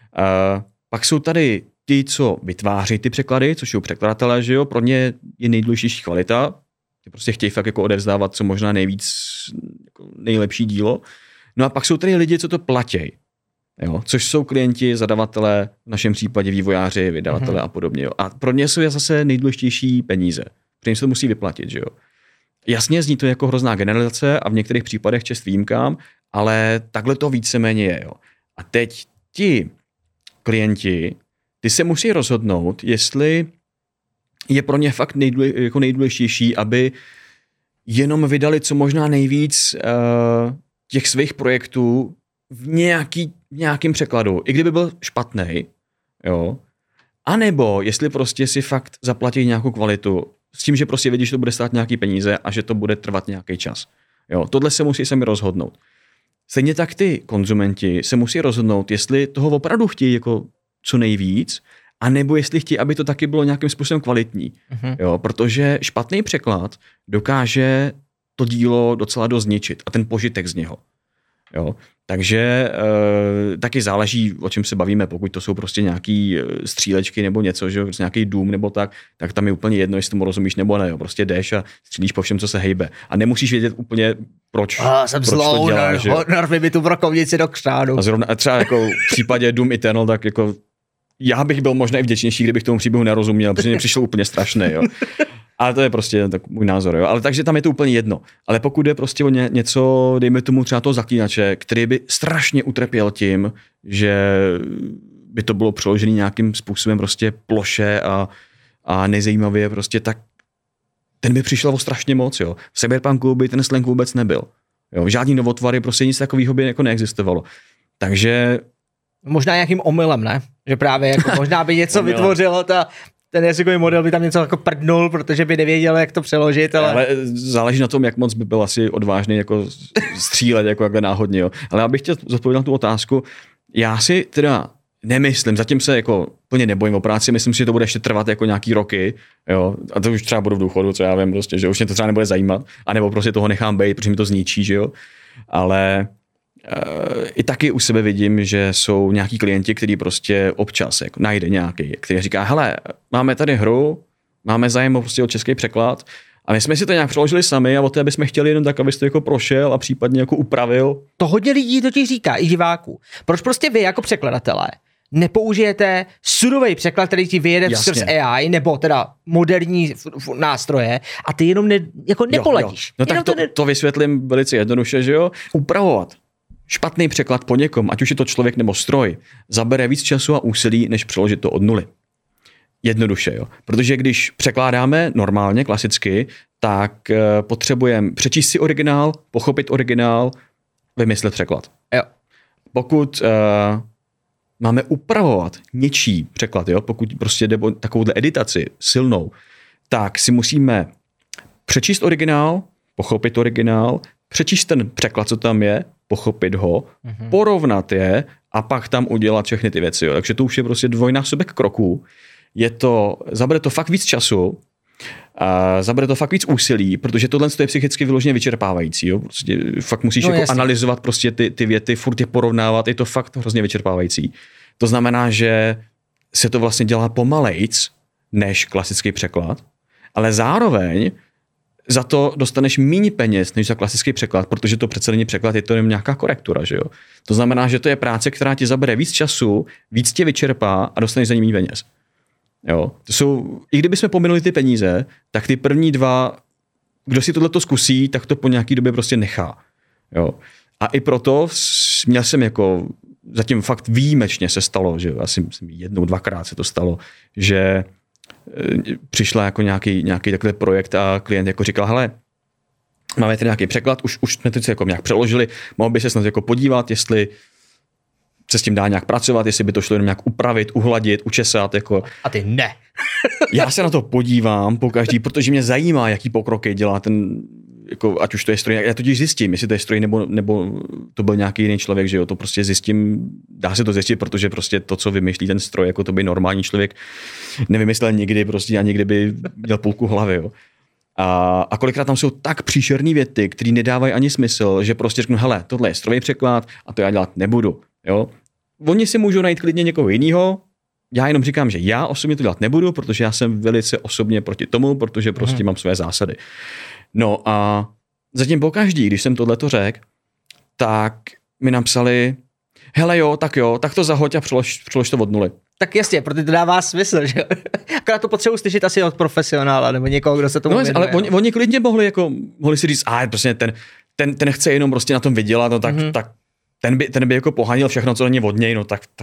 Pak jsou tady ti, co vytváří ty překlady, což jsou překladatelé, že jo, pro ně je nejdůležitější kvalita. Ty prostě chtějí fakt jako odevzdávat co možná nejvíc, jako nejlepší dílo. No a pak jsou tady lidi, co to platí, jo, což jsou klienti, zadavatelé, v našem případě vývojáři, vydavatelé a podobně. Jo. A pro ně jsou zase nejdůležitější peníze, protože jim se to musí vyplatit, že jo. Jasně zní to jako hrozná generalizace a v některých případech čest výjimkám, ale takhle to víceméně je, jo. A teď ti klienti, ty se musí rozhodnout, jestli je pro ně fakt jako nejdůležitější, aby jenom vydali co možná nejvíc těch svých projektů v nějakým překladu, i kdyby byl špatný, jo. A nebo jestli prostě si fakt zaplatí nějakou kvalitu s tím, že prostě vědí, že to bude stát nějaký peníze a že to bude trvat nějaký čas. Jo. Tohle se musí sami rozhodnout. Stejně tak ty konzumenti se musí rozhodnout, jestli toho opravdu chtějí jako co nejvíc, a nebo jestli chtějí, aby to taky bylo nějakým způsobem kvalitní. Jo, protože špatný překlad dokáže to dílo docela dost zničit a ten požitek z něho. Jo. Takže taky záleží, o čem se bavíme, pokud to jsou prostě nějaký střílečky nebo něco, že nějaký dům nebo tak tam je úplně jedno, jestli tomu rozumíš nebo ne. Jo. Prostě jdeš a střílíš po všem, co se hejbe. A nemusíš vědět úplně, proč to děláš. Narvi mi tu brokovnici do křánu. A zrovna třeba jako v případě Doom Eternal, tak jako já bych byl možná i vděčnější, kdybych tomu příběhu nerozuměl, protože mě přišlo úplně strašné, jo. Ale to je prostě tak můj názor, jo. Ale takže tam je to úplně jedno. Ale pokud je prostě o něco, dejme tomu třeba toho zaklínače, který by strašně utrpěl tím, že by to bylo přeložené nějakým způsobem prostě ploše a nezajímavě prostě, tak ten by přišel o strašně moc, jo. V Cyberpunku by ten slang vůbec nebyl. Jo. Žádný novotvary, prostě nic takového by jako neexistovalo. Takže možná nějakým omylem, ne? Že právě jako možná by něco vytvořilo ten jazykový model by tam něco jako prdnul, protože by nevěděl, jak to přeložit. Ale záleží na tom, jak moc by byl asi odvážný jako střílet jako takhle náhodně. Jo. Ale abych chtěl zodpovědět na tu otázku, já si teda nemyslím, zatím se jako plně nebojím o práci, myslím si, že to bude ještě trvat jako nějaký roky, jo, a to už třeba budu v důchodu, co já vím, prostě, že už mě to třeba nebude zajímat, anebo prostě toho nechám být, protože mi to zničí, že jo, ale i taky u sebe vidím, že jsou nějaký klienti, kteří prostě občas jako najde nějaký, který říká, hele, máme tady hru, máme zájem prostě o český překlad a my jsme si to nějak přeložili sami a o té bychom chtěli jenom tak, abys to jako prošel a případně jako upravil. To hodně lidí totiž říká, i diváků. Proč prostě vy jako překladatelé nepoužijete surový překlad, který ti vyjede skrz AI, nebo teda moderní nástroje a ty jenom nepoladíš. No tak to vysvětlím velice jednoduše, že jo? Upravovat špatný překlad po někom, ať už je to člověk nebo stroj, zabere víc času a úsilí, než přeložit to od nuly. Jednoduše, jo. Protože když překládáme normálně, klasicky, tak potřebujeme přečíst si originál, pochopit originál, vymyslet překlad. Jo. Pokud máme upravovat něčí překlad, jo, pokud prostě jde o takovouhle editaci silnou, tak si musíme přečíst originál, pochopit originál, přečíst ten překlad, co tam je, pochopit ho, porovnat je a pak tam udělat všechny ty věci. Jo. Takže to už je prostě dvojnásobek kroků. Zabere to fakt víc času, zabere to fakt víc úsilí, protože tohle je psychicky vyloženě vyčerpávající. Jo. Prostě fakt musíš jako analyzovat prostě ty věty, furt je porovnávat, je to fakt hrozně vyčerpávající. To znamená, že se to vlastně dělá pomalejc než klasický překlad, ale zároveň za to dostaneš méně peněz než za klasický překlad, protože to přece není překlad, je to jen nějaká korektura, že jo. To znamená, že to je práce, která ti zabere víc času, víc tě vyčerpá a dostaneš za ní méně peněz. Jo. To jsou, i kdybychom pominuli ty peníze, tak ty první dva, kdo si tohleto zkusí, tak to po nějaký době prostě nechá. Jo. A i proto měl jsem jako, zatím fakt výjimečně se stalo, že asi jednou, dvakrát se to stalo, že přišla jako nějaký takový projekt a klient jako říkal, hele, máme tady nějaký překlad, už jsme to jako nějak přeložili, mohl by se snad jako podívat, jestli se s tím dá nějak pracovat, jestli by to šlo jenom nějak upravit, uhladit, učesat. Jako. A ty ne. Já se na to podívám pokaždý, protože mě zajímá, jaký pokroky dělá ten, jako, ať už to je stroj, já totiž zjistím, jestli to je stroj nebo to byl nějaký jiný člověk, že jo, to prostě zjistím, dá se to zjistit, protože prostě to, co vymýšlí ten stroj, jako to by normální člověk nevymyslel nikdy, prostě ani kdyby měl půlku hlavy, jo. A kolikrát tam jsou tak příšerný věty, které nedávají ani smysl, že prostě řeknu, hele, tohle je strojový překlad a to já dělat nebudu, jo. Oni si můžou najít klidně někoho jiného, já jenom říkám, že já osobně to dělat nebudu, protože já jsem velice osobně proti tomu, protože prostě mám své zásady. No a zatím pokaždý, když jsem tohleto řekl, tak mi napsali, hele jo, tak to zahoď a přelož to od nuly. Tak jasně, protože to dává smysl, že jo. Akorát to potřebuji slyšet asi od profesionála nebo někoho, kdo se tomu věnuje. Ale oni klidně mohli si říct, prostě ten chce jenom prostě na tom vydělat, no tak ten by jako pohanil všechno, co není od něj, no tak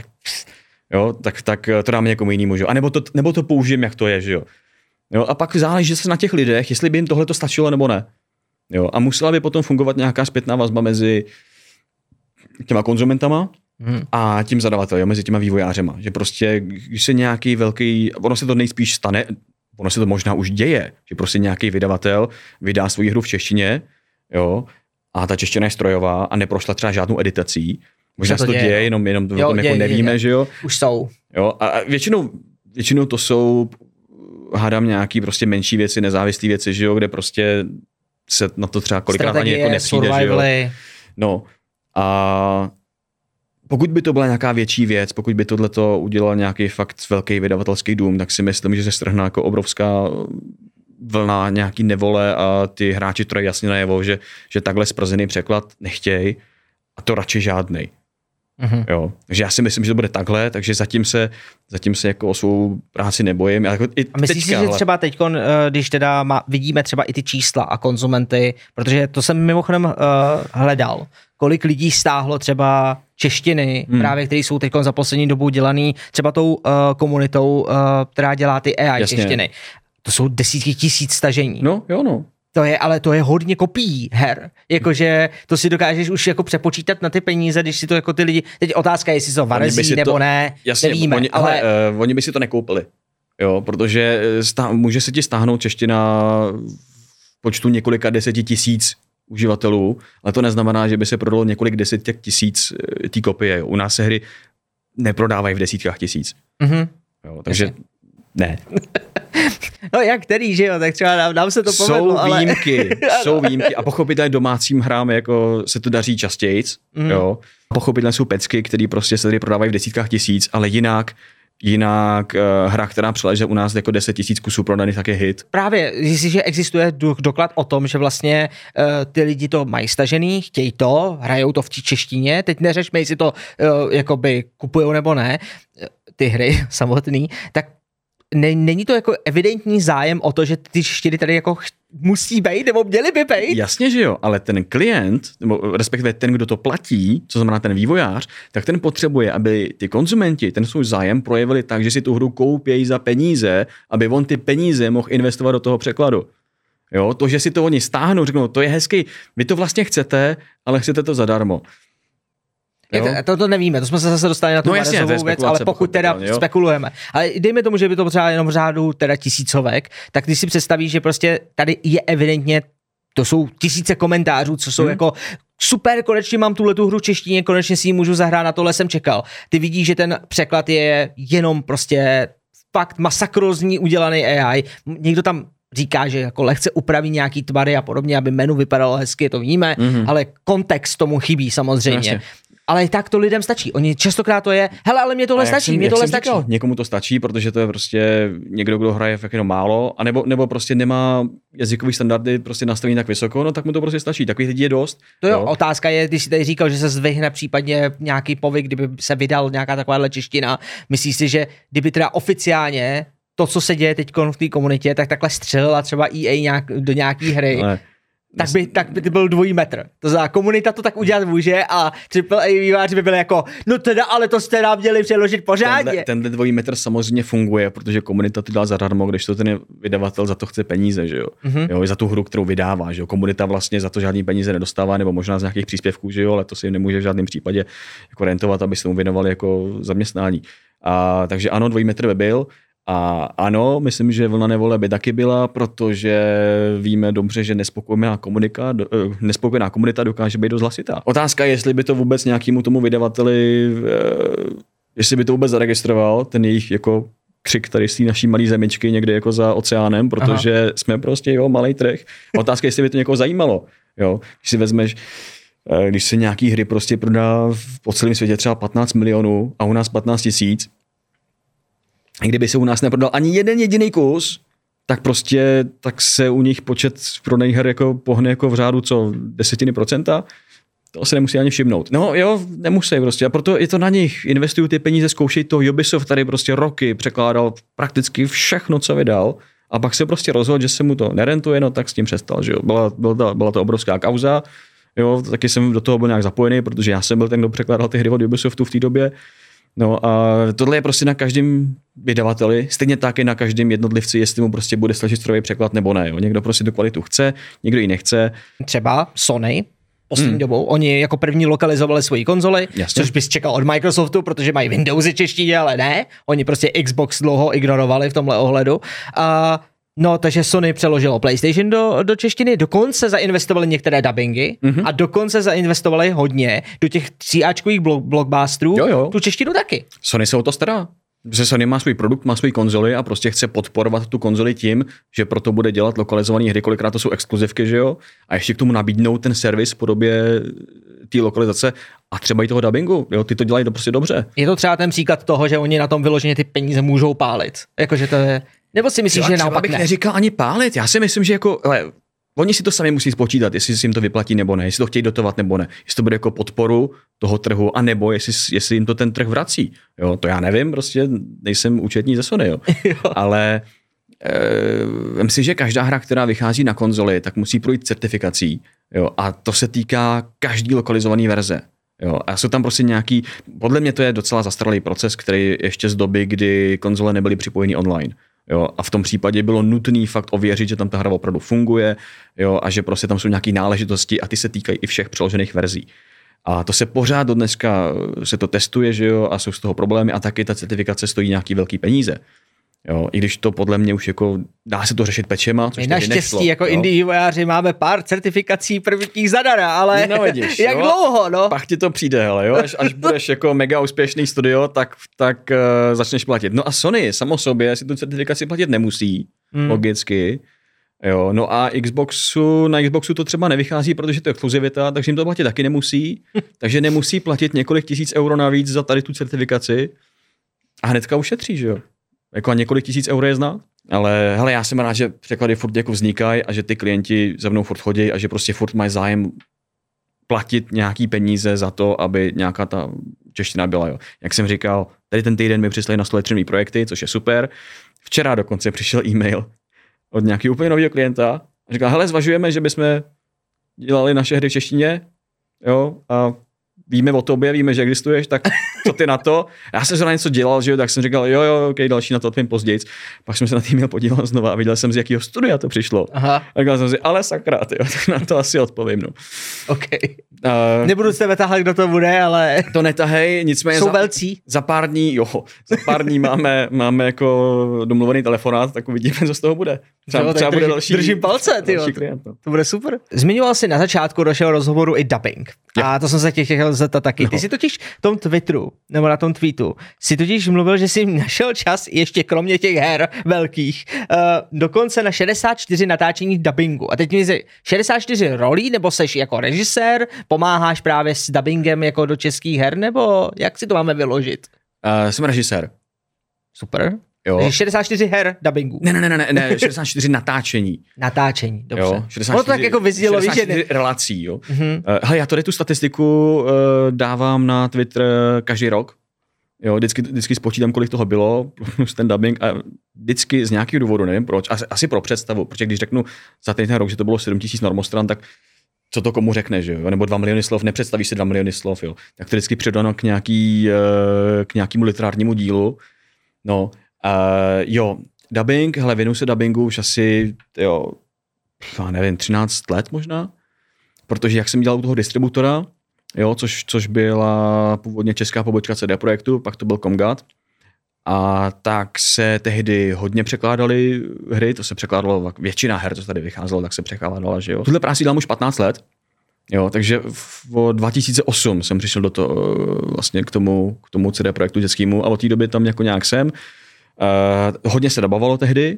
to dáme někomu jinému, že jo. A nebo to použijem, jak to je, že jo. Jo, a pak záleží se na těch lidech, jestli by jim tohle to stačilo nebo ne. Jo, a musela by potom fungovat nějaká zpětná vazba mezi těma konzumentama a tím zadavatelem, mezi těma vývojářema. Že prostě, když se nějaký velký, ono se to nejspíš stane, ono se to možná už děje, že prostě nějaký vydavatel vydá svou hru v češtině, jo, a ta čeština je strojová a neprošla třeba žádnou editací. Možná se to děje, jenom to jako nevíme, že jo. Už jsou. Jo, a většinou to jsou, hádám nějaký prostě menší věci, nezávislé věci, že jo, kde prostě se na to třeba kolikrát ani jako nepřijde, že jo. No a pokud by to byla nějaká větší věc, pokud by tohleto udělal nějaký fakt velký vydavatelský dům, tak si myslím, že se strhne jako obrovská vlna nějaký nevole a ty hráči to jasně najevo, že takhle sprzený překlad nechtějí a to radši žádnej. Jo. Takže já si myslím, že to bude takhle, takže zatím se jako o svou práci nebojím. A myslíš si, že třeba teďkon, když teda vidíme třeba i ty čísla a konzumenty, protože to jsem mimochodem hledal, kolik lidí stáhlo třeba češtiny, právě které jsou teďkon za poslední dobu dělaný třeba tou komunitou, která dělá ty AI češtiny. To jsou desítky tisíc stažení. No, jo, no. To je hodně kopií her. Jakože to si dokážeš už jako přepočítat na ty peníze, když si to jako ty lidi... Teď otázka je, jestli to varazí nebo ne, jasně, nevíme. Oni by si to nekoupili. Jo, protože může se ti stáhnout čeština v počtu několika 10 000 uživatelů, ale to neznamená, že by se prodalo několik 10 000 té kopie. Jo. U nás se hry neprodávají v desítkách tisíc. Jo, takže ne. No jak který, že jo, tak třeba nám se to povedlo, ale... Jsou výjimky a pochopitelně domácím hrám jako se to daří častějc, jo. Pochopitelně jsou pecky, které prostě se tady prodávají v desítkách tisíc, ale jinak hra, která přeleže u nás jako 10 000 kusů prodaných, tak je hit. Právě, jestliže existuje doklad o tom, že vlastně ty lidi to mají stažený, chtějí to, hrajou to v češtině, teď neřešme, jestli to jakoby kupujou nebo ne, ty hry samotný, tak není to jako evidentní zájem o to, že ty češtiny tady jako musí být, nebo měli by být? Jasně, že jo, ale ten klient, nebo respektive ten, kdo to platí, co znamená ten vývojář, tak ten potřebuje, aby ty konzumenti ten svůj zájem projevili tak, že si tu hru koupějí za peníze, aby on ty peníze mohl investovat do toho překladu. Jo, to, že si to oni stáhnou, řeknou, to je hezký, vy to vlastně chcete, ale chcete to zadarmo. To nevíme, to jsme se zase dostali na tu marezovou věc, ale pokud teda spekulujeme. Ale dejme tomu, že by to potřeba jenom v řádu teda tisícovek, tak když si představíš, že prostě tady je evidentně, to jsou tisíce komentářů, co jsou jako super, konečně mám tuhletu hru v češtině, konečně si ji můžu zahrát, na tohle jsem čekal. Ty vidíš, že ten překlad je jenom prostě fakt masakrozní udělaný AI. Někdo tam říká, že jako lehce upraví nějaký tvary a podobně, aby menu vypadalo hezky, to víme, ale kontext tomu chybí samozřejmě. Jasně. Ale tak to lidem stačí. Oni častokrát to je, hele, ale mě tohle stačí, mě tohle stačí. Říkal, někomu to stačí, protože to je prostě někdo, kdo hraje fakt jenom málo, nebo prostě nemá jazykový standardy prostě nastavený tak vysoko, no tak mu to prostě stačí. Takových lidí je dost. To jo, otázka je, když jsi tady říkal, že se zdvihne případně nějaký povyk, kdyby se vydal nějaká takováhle čeština. Myslíš si, že kdyby teda oficiálně to, co se děje teď v té komunitě, tak takhle střelila třeba EA do nějaký hry, tak by to byl dvojí metr. To znamená, komunita to tak udělat může a AAA vývojáři by byli jako, no teda, ale to jste nám měli přeložit pořádně. Tenhle dvojí metr samozřejmě funguje, protože komunita to dělá zadarmo, když to ten vydavatel za to chce peníze, že jo. Jo, za tu hru, kterou vydává, že jo. Komunita vlastně za to žádný peníze nedostává, nebo možná z nějakých příspěvků, že jo, ale to si nemůže v žádném případě jako rentovat, aby se tomu věnovali jako zaměstnání. Takže ano, dvojí metr by byl. A ano, myslím, že vlna nevole by taky byla, protože víme dobře, že nespokojená komunita dokáže být dost hlasitá. Otázka je, jestli by to vůbec nějakému tomu vydavateli, jestli by to vůbec zaregistroval, ten jejich jako křik tady z té naší malé zemičky někde jako za oceánem, protože jsme prostě malej trh. Otázka je, jestli by to někoho zajímalo. Jo? Když si vezmeš, když se nějaký hry prostě prodá po celém světě třeba 15 milionů a u nás 15 000, kdyby se u nás neprodal ani jeden jediný kus, tak se u nich počet prodaných her jako pohne jako v řádu 10%. To se nemusí ani všimnout. No jo, nemusí prostě. A proto je to na nich. Investují ty peníze, zkoušejí to. Ubisoft tady prostě roky překládal prakticky všechno, co vydal. A pak se prostě rozhodl, že se mu to nerentuje, no tak s tím přestal. Že jo. Byla to obrovská kauza. Jo, taky jsem do toho byl nějak zapojený, protože já jsem byl ten, kdo překládal ty hry od Ubisoftu v té době. No a tohle je prostě na každém vydavateli, stejně tak i na každém jednotlivci, jestli mu prostě bude stačit strojový překlad nebo ne. Jo. Někdo prostě tu kvalitu chce, někdo ji nechce. Třeba Sony poslední dobou, oni jako první lokalizovali svoji konzoli, což bys čekal od Microsoftu, protože mají Windowsy češtině, ale ne. Oni prostě Xbox dlouho ignorovali v tomhle ohledu. No, takže Sony přeložilo PlayStation do češtiny, dokonce zainvestovali některé dubbingy a dokonce zainvestovali hodně do těch 3áčkových blockbusterů, tu češtinu taky. Sony se o to stará. Protože Sony má svůj produkt, má svůj konzoli a prostě chce podporovat tu konzoli tím, že proto bude dělat lokalizované hry, kolikrát to jsou exkluzivky, že jo? A ještě k tomu nabídnou ten servis v podobě té lokalizace a třeba i toho dubbingu, jo? Ty to dělají prostě dobře. Je to třeba ten příklad toho, že oni na tom vyloženě ty peníze můžou pálit. Jakože to je... Nebo si myslíš, že naopak bych neříkal ani pálit. Já si myslím, že jako... Oni si to sami musí spočítat, jestli si jim to vyplatí nebo ne, jestli to chtějí dotovat nebo ne, jestli to bude jako podporu toho trhu, anebo jestli jim to ten trh vrací. Jo, to já nevím, prostě nejsem účetní ze Sony, jo. Ale myslím si, že každá hra, která vychází na konzoli, tak musí projít certifikací. Jo, a to se týká každý lokalizované verze. Jo, a jsou tam prostě nějaký, podle mě to je docela zastaralý proces, který ještě z doby, kdy konzole nebyly připojeny online. Jo, a v tom případě bylo nutné fakt ověřit, že tam ta hra opravdu funguje, jo, a že prostě tam jsou nějaké náležitosti a ty se týkají i všech přeložených verzí. A to se pořád do dneska se to testuje, že jo, a jsou z toho problémy a taky ta certifikace stojí nějaký velký peníze. Jo, i když to podle mě už jako dá se to řešit pečema, což naštěstí nešlo, jako indie vývojáři máme pár certifikací prvních zadara, ale no, vidíš, jak dlouho, no? Pak ti to přijde, hele, jo, až budeš jako mega úspěšný studio, tak začneš platit. No a Sony samo sobě si tu certifikaci platit nemusí, logicky. Jo, no a na Xboxu to třeba nevychází, protože to je exkluzivita, takže jim to platit taky nemusí, takže nemusí platit několik tisíc euro navíc za tady tu certifikaci a hnedka ušetří, že jo. Jako a několik tisíc euro je znát. Ale hele, já jsem rád, že překlady furt jako vznikají a že ty klienti za mnou furt chodí a že prostě furt mají zájem platit nějaký peníze za to, aby nějaká ta čeština byla. Jo. Jak jsem říkal, tady ten týden mi přišli na stole 3 projekty, což je super. Včera dokonce přišel e-mail od nějakého úplně nového klienta a říkal, hele, zvažujeme, že bychom dělali naše hry v češtině, jo, a víme o tobě, víme, že existuješ, tak co ty na to? Já jsem zrovna něco dělal, že jo, tak jsem říkal, jo, ok, další na to odpovím později. Pak jsem se na e-mail podíval znova a viděl jsem, z jakého studia to přišlo. Aha. A říkal jsem si, ale sakra, tyjo, tak na to asi odpovím, no. OK. Nebudu s tebe tahat, kdo to bude, ale... To netahej, nicméně... Jsou velcí. Za pár dní máme jako domluvený telefonát, tak uvidíme, co z toho bude. Třeba bude další. Držím palce, tyjo. To bude super. Zmiňoval jsi na začátku našeho rozhovoru i dubbing. A to jsem se chtěl zeptat taky. Ty si totiž v tom Twitteru, nebo na tom tweetu, si totiž mluvil, že jsi našel čas ještě kromě těch her velkých, dokonce na 64 natáčení dubbingu. A teď mi říkáš, 64 rolí, nebo seš jako režisér, pomáháš právě s dubbingem jako do českých her, nebo jak si to máme vyložit? Jsem režisér. Super. Jo. Takže 64 her dubbingu. Ne, 64 natáčení. Natáčení, dobře. Jo, 64, ono to tak jako vyzdělo, 64 relací, jo. Mm-hmm. Hele, já tady tu statistiku dávám na Twitter každý rok. Jo, vždycky spočítám, kolik toho bylo, plus ten dubbing a vždycky z nějakého důvodu, nevím proč, asi pro představu, protože když řeknu za ten rok, že to bylo 7000 normostran, tak co to komu řekne, že jo, nebo 2 miliony slov, nepředstavíš si 2 miliony slov, jo. Tak to vždycky předáno k nějakému literárnímu dílu. No, jo, dubbing, hele, věnuju se dubbingu už asi, jo, já nevím, 13 let možná, protože jak jsem dělal u toho distributora, jo, což byla původně česká pobočka CD Projektu, pak to byl Comgat, a tak se tehdy hodně překládaly hry, to se překládalo, většina her, co tady vycházelo, tak se překládala, že jo. Tuhle práci dělám už 15 let, jo, takže v 2008 jsem přišel do toho, vlastně k tomu CD Projektu dětskému a od té doby tam jako nějak jsem. Hodně se dabovalo tehdy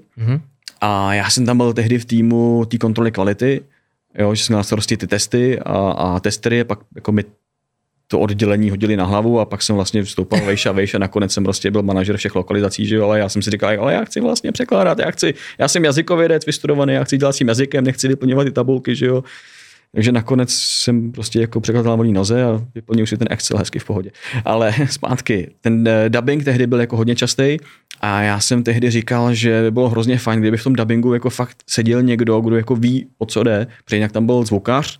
a já jsem tam byl tehdy v týmu té kontroly kvality, jo, že jsme na starosti ty testy a testery, pak jako mi to oddělení hodili na hlavu a pak jsem vlastně vstoupal vejš a nakonec jsem prostě byl manažer všech lokalizací, že jo, ale já jsem si říkal, ale já chci vlastně překládat, já jsem jazykovědec vystudovaný, já chci dělat s tím jazykem, nechci vyplňovat ty tabulky, že jo. Takže nakonec jsem prostě jako překladal na volný noze a vyplnil si ten Excel hezky v pohodě. Ale zpátky, ten dubbing tehdy byl jako hodně častý a já jsem tehdy říkal, že by bylo hrozně fajn, kdyby v tom dubbingu jako fakt seděl někdo, kdo jako ví, o co jde, protože jinak tam byl zvukař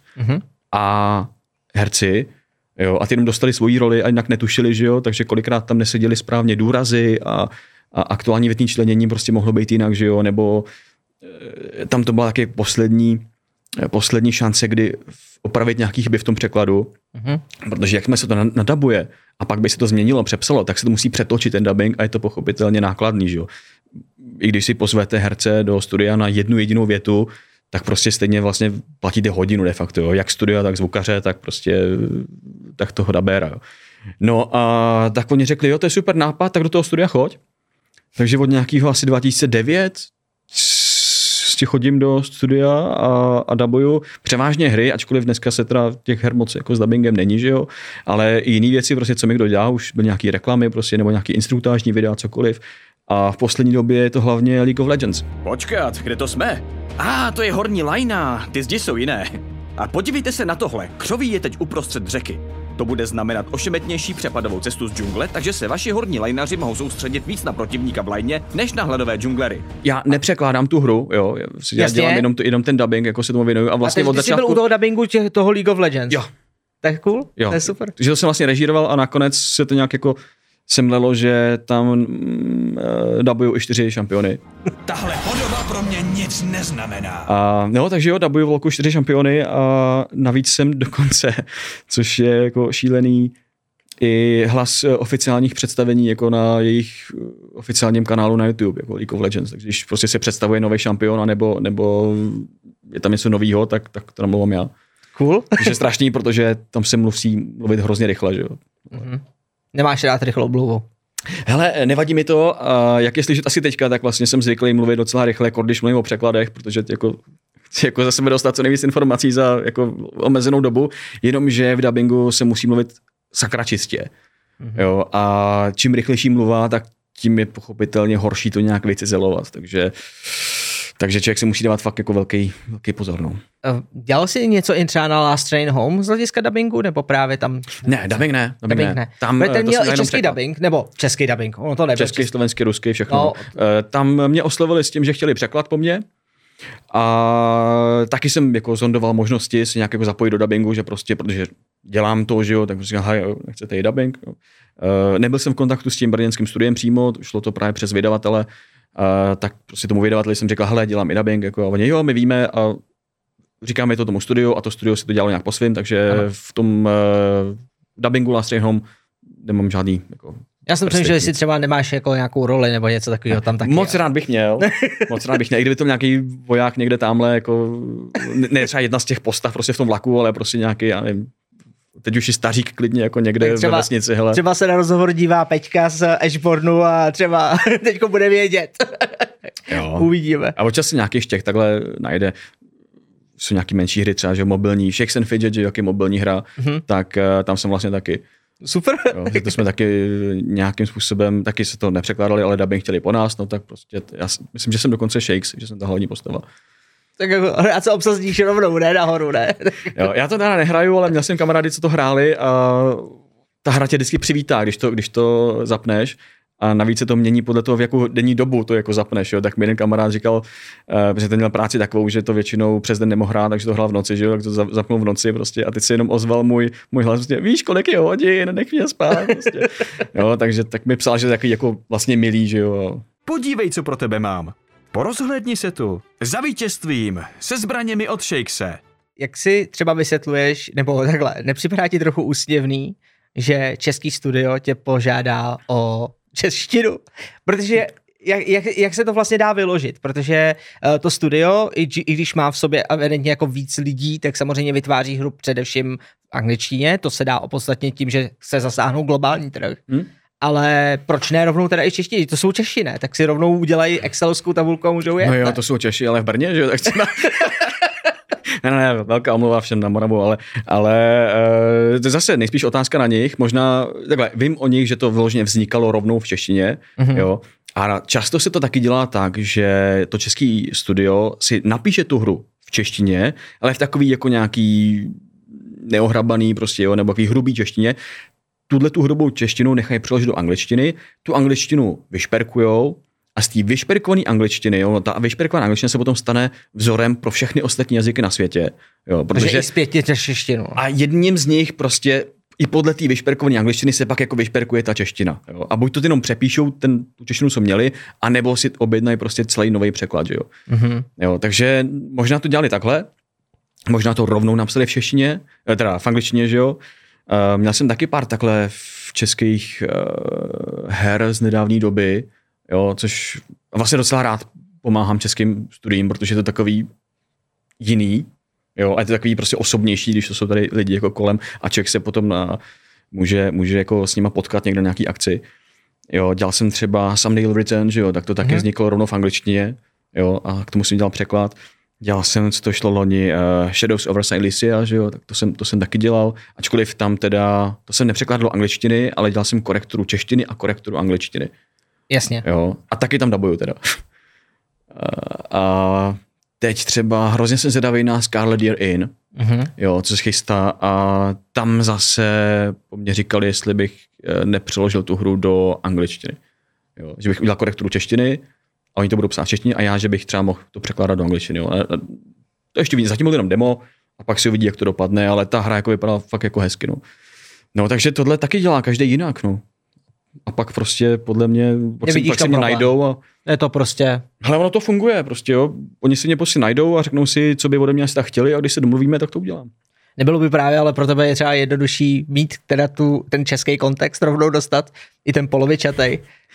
a herci, jo, a ty jenom dostali svoji roli a jinak netušili, že jo, takže kolikrát tam neseděli správně důrazy a aktuální větní členění prostě mohlo být jinak, že jo, nebo tam to byla taky poslední šance, kdy opravit nějaký chyby v tom překladu, protože jakmile se to nadabuje a pak by se to změnilo, přepsalo, tak se to musí přetočit ten dubbing a je to pochopitelně nákladný, že jo. I když si pozvete herce do studia na jednu jedinou větu, tak prostě stejně vlastně platíte hodinu de facto, jo. Jak studia, tak zvukaře, tak prostě tak toho dabéra, jo. No a tak oni řekli, jo, to je super nápad, tak do toho studia choď. Takže od nějakého asi 2009 chodím do studia a dabuju převážně hry, ačkoliv dneska se teda těch her moc jako s dubbingem není, že jo, ale i jiný věci, prostě co mi kdo dělá, už byly nějaký reklamy prostě, nebo nějaký instruktážní videa, cokoliv. A v poslední době je to hlavně League of Legends. Počkat, kde to jsme? To je horní lajna, ty zdi jsou jiné. A podívejte se na tohle, křoví je teď uprostřed řeky. To bude znamenat ošemetnější přepadovou cestu z džungle, takže se vaši horní lajnaři mohou soustředit víc na protivníka v lajně, než na hledové džunglery. Já nepřekládám tu hru, jo, já dělám jenom ten dubbing, jako se tomu věnuju a vlastně od začátku... Jsi byl u toho dubbingu toho League of Legends? Jo. Tak cool, jo. To je super. Takže to jsem vlastně režíroval a nakonec se to nějak jako semlelo, že tam dabuju i 4 šampiony. Tahle podoba pro mě nic neznamená. No, takže jo, dabuju v loku 4 šampiony a navíc jsem dokonce, což je jako šílený, i hlas oficiálních představení jako na jejich oficiálním kanálu na YouTube, jako League of Legends. Takže když prostě se představuje nový šampion, nebo je tam něco novýho, tak to namluvám já. Cool. Což je strašný, protože tam se musí mluvit hrozně rychle, že jo. Nemáš rád rychlou mluvu. Hele, nevadí mi to, jak je slyšet asi teďka, tak vlastně jsem zvyklý mluvit docela rychle, jako když mluvím o překladech, protože chci jako za sebe dostat co nejvíc informací za jako omezenou dobu, jenomže v dabingu se musí mluvit sakra čistě. Jo, a čím rychlejší mluva, tak tím je pochopitelně horší to nějak vycizelovat, takže člověk si musí dávat fakt jako velký pozor. No. Dělal jsi něco i třeba na Last Train Home z hlediska dabingu, nebo právě tam? Ne, dubbing ne. Tam ten měl i český dubbing, nebo český dubbing, ono to nebyl. Český, slovenský, ruský, všechno. No. Tam mě oslovili s tím, že chtěli překlad po mně. A taky jsem jako zondoval možnosti se nějak jako zapojit do dabingu, že prostě, protože dělám to, že jo, tak prostě nechcete i dubbing. Jo. Nebyl jsem v kontaktu s tím brněnským studiem přímo, šlo to právě přes vydavatele, tak prostě tomu vydavateli jsem řekl, hele, dělám i dubbing, jako, a oni, jo, my víme a říkáme to tomu studiu a to studio si to dělalo nějak po svým, takže v tom dubbingu Last Train Home nemám žádný jako. Já jsem přemýšlel, že si třeba nemáš jako nějakou roli nebo něco takového tam taky. Moc rád bych měl. I kdyby to nějaký voják někde tamhle, jako, ne třeba jedna z těch postav prostě v tom vlaku, ale prostě nějaký, já nevím, teď už je stařík klidně jako někde třeba, ve vesnici. Hele. Třeba se na rozhovor dívá Peťka z Ashbornu a třeba teďko bude vědět. Jo. Uvidíme. A občas si nějaký štěk takhle najde. Jsou nějaký menší hry třeba, že mobilní, Shakes and Fidget, že jak je mobilní hra, tak tam jsem vlastně taky. Super. Jo, to jsme taky nějakým způsobem, taky se to nepřekládali, ale dubbing chtěli po nás, no tak prostě, já myslím, že jsem dokonce Shakes, že jsem ta hlavní postava. Tak jako rád se obsazníš rovnou, ne? Nahoru, ne? Jo, já to teda nehraju, ale měl jsem kamarády, co to hráli a ta hra tě vždycky přivítá, když to zapneš. A navíc se to mění podle toho, v jakou denní dobu to jako zapneš. Jo? Tak mi jeden kamarád říkal, že ten měl práci takovou, že to většinou přes den nemohl hrát, takže to hrál v noci, že jo? Tak to zapnul v noci prostě a teď se jenom ozval můj hlas, prostě, víš, kolik je hodin, nech mě spát. Prostě. Jo, takže tak mi psal, že je takový jako vlastně milý, že jo. Podívej, co pro tebe mám. Porozhlédni se tu. Za vítězstvím, se zbraněmi od Shakese. Jak si třeba vysvětluješ, nebo takhle, nepřipadá ti trochu úsměvný, že český studio tě požádá o češtinu, protože jak se to vlastně dá vyložit, protože to studio, i když má v sobě evidentně jako víc lidí, tak samozřejmě vytváří hru především v angličtině, to se dá opodstatnit tím, že se zasáhnou globální trh. Ale proč ne rovnou teda i čeští? To jsou Češi, ne? Tak si rovnou udělají excelovskou tabulku a můžou jet. No jo, to jsou Češi, ale v Brně, že jo? Tak Ne, velká omluva všem na Moravu, ale to je zase nejspíš otázka na nich. Možná, takhle, vím o nich, že to vyloženě vznikalo rovnou v češtině, jo. A často se to taky dělá tak, že to český studio si napíše tu hru v češtině, ale v takový jako nějaký neohrabaný prostě, jo, nebo takový hrubý češtině. Tu hrubou češtinu nechají přeložit do angličtiny, tu angličtinu vyšperkujou a z té vyšperkované angličtiny, jo, ta vyšperkovaná angličtina se potom stane vzorem pro všechny ostatní jazyky na světě. Jo, protože i zpětně češtinu. A jedním z nich prostě i podle té vyšperkované angličtiny se pak jako vyšperkuje ta čeština. Jo. A buď to jenom přepíšou tu češtinu, co měli, anebo si objednají prostě celý nový překlad. Že jo. Jo, takže možná to dělali takhle, možná to rovnou napsali v češtině, teda v angličtině, že jo. Měl jsem taky pár takhle v českých her z nedávné doby, jo, což vlastně docela rád pomáhám českým studiím, protože je to takový jiný, jo, a je to takový prostě osobnější, když to jsou tady lidi jako kolem a člověk se potom může jako s nima potkat někde na nějaký akci. Jo, dělal jsem třeba Someday Return, že jo, tak to taky vzniklo rovnou v angličtině, jo, a k tomu jsem dělal překlad. Dělal jsem, co to šlo loni, Shadows over Silesia, že jo, tak to jsem taky dělal, ačkoliv tam teda, to jsem nepřekládal do angličtiny, ale dělal jsem korekturu češtiny a korekturu angličtiny. Jasně. Jo, a taky tam dabuju teda. A teď třeba hrozně jsem zvědavý na Scarlet Year In, jo, co se chystá a tam zase po mně říkali, jestli bych nepřeložil tu hru do angličtiny. Jo, že bych udělal korekturu češtiny a oni to budou psát v češtině a já, že bych třeba mohl to překládat do angličtiny. Jo. To ještě víc, zatím byl jenom demo a pak si uvidí, jak to dopadne, ale ta hra jako vypadala fakt jako hezky. No, takže tohle taky dělá každý jinak, no. A pak prostě podle mě pak si mě najdou a je to prostě. Hele, ono to funguje prostě, jo. Oni si mě prostě najdou a řeknou si, co by ode mě asi tak chtěli a když se domluvíme, tak to udělám. Nebylo by právě, ale pro tebe je třeba jednodušší mít teda ten český kontext rovnou dostat, i ten polovičatej,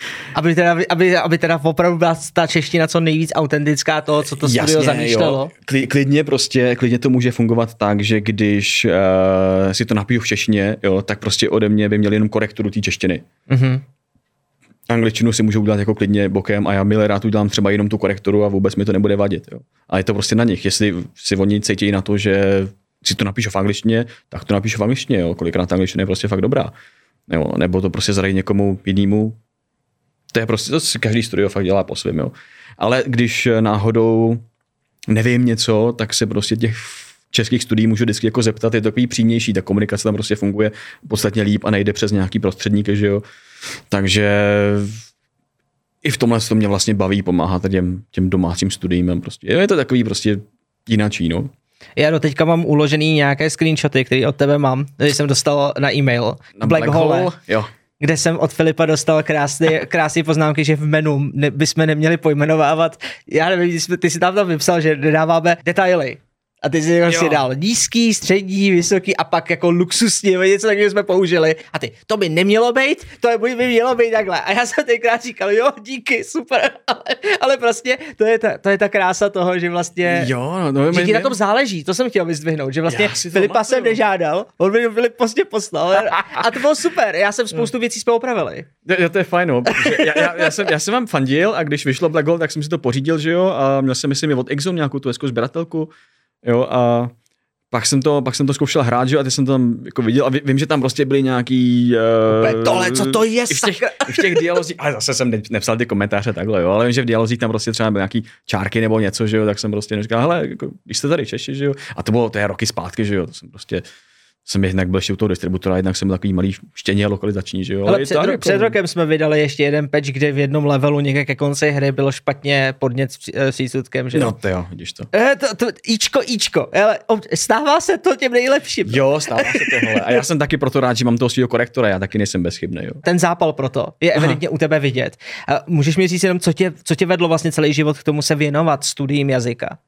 aby teda opravdu byla ta čeština co nejvíc autentická toho, co to studio zamýšlelo. Klidně to může fungovat tak, že když si to napiju v češtině, jo, tak prostě ode mě by měli jenom korekturu té češtiny. Mm-hmm. Angličtinu si můžu udělat jako klidně bokem a já milé rád udělám třeba jenom tu korekturu a vůbec mi to nebude vadit. Jo. A je to prostě na nich, jestli si oni cítí na to, že si to napíšu v angličtině, tak to napíšu v angličtině, jo. Kolikrát angličtina je prostě fakt dobrá. Jo. Nebo to prostě zadají někomu jinému. To je prostě, to si každý studio fakt dělá po svém, jo. Ale když náhodou nevím něco, tak se prostě těch českých studií můžu vždycky jako zeptat, je to takový přímější, ta komunikace tam prostě funguje podstatně líp a nejde přes nějaký prostředníky, že jo. Takže i v tomhle to mě vlastně baví pomáhat těm domácím studiím. Prostě. Je to takový prostě jináčí, no. Já doteďka mám uložený nějaké screenshoty, které od tebe mám, které jsem dostal na e-mail. Na Black Hole, jo. Kde jsem od Filipa dostal krásné poznámky, že v menu bychom neměli pojmenovávat. Já nevím, ty jsi tam vypsal, že nedáváme detaily. A ty jsi prostě dal nízký, střední, vysoký a pak jako luxusní, něco takového jsme použili. A ty, to by nemělo být, to by mělo být takhle. A já jsem tenkrát říkal, jo, díky, super, ale prostě to je ta krása toho, že vlastně, že ti na tom záleží, to jsem chtěl vyzdvihnout, že vlastně Filipa jsem nežádal, on mi Filip prostě poslal a to bylo super, já jsem spoustu věcí jsme opravili. To je fajn, no, já jsem vám fandil a když vyšlo Black Hole, tak jsem si to pořídil, že jo, a měl jsem, myslím, od Exxon nějakou tu hezkou sběratelku. Jo, a pak jsem to zkoušel hrát, že? A ty jsem to tam jako viděl a vím, že tam prostě byly nějaký... tohle, co to je, i v těch dialozích, ale zase jsem nepsal ty komentáře takhle, jo, ale vím, že v dialozích tam prostě třeba byly nějaký čárky nebo něco, že jo, tak jsem prostě neříkal, hele, jako, když jste tady Češi, že jo, a to je roky zpátky, že jo, to jsem jednak byl ještě u toho distributora, jednak jsem byl takový malý štěně lokalizační, že jo. Ale před rokem jsme vydali ještě jeden patch, kde v jednom levelu někde ke konci hry bylo špatně podnět s přísudkem, že? No to jo, vidíš to. Íčko, ale stává se to těm nejlepším. Jo, stává se tohle. A já jsem taky proto rád, že mám toho svýho korektora, já taky nejsem bezchybný, jo. Ten zápal proto je evidentně u tebe vidět. A můžeš mi říct jenom, co tě vedlo vlastně celý život k tomu se věnovat studiím jazyka?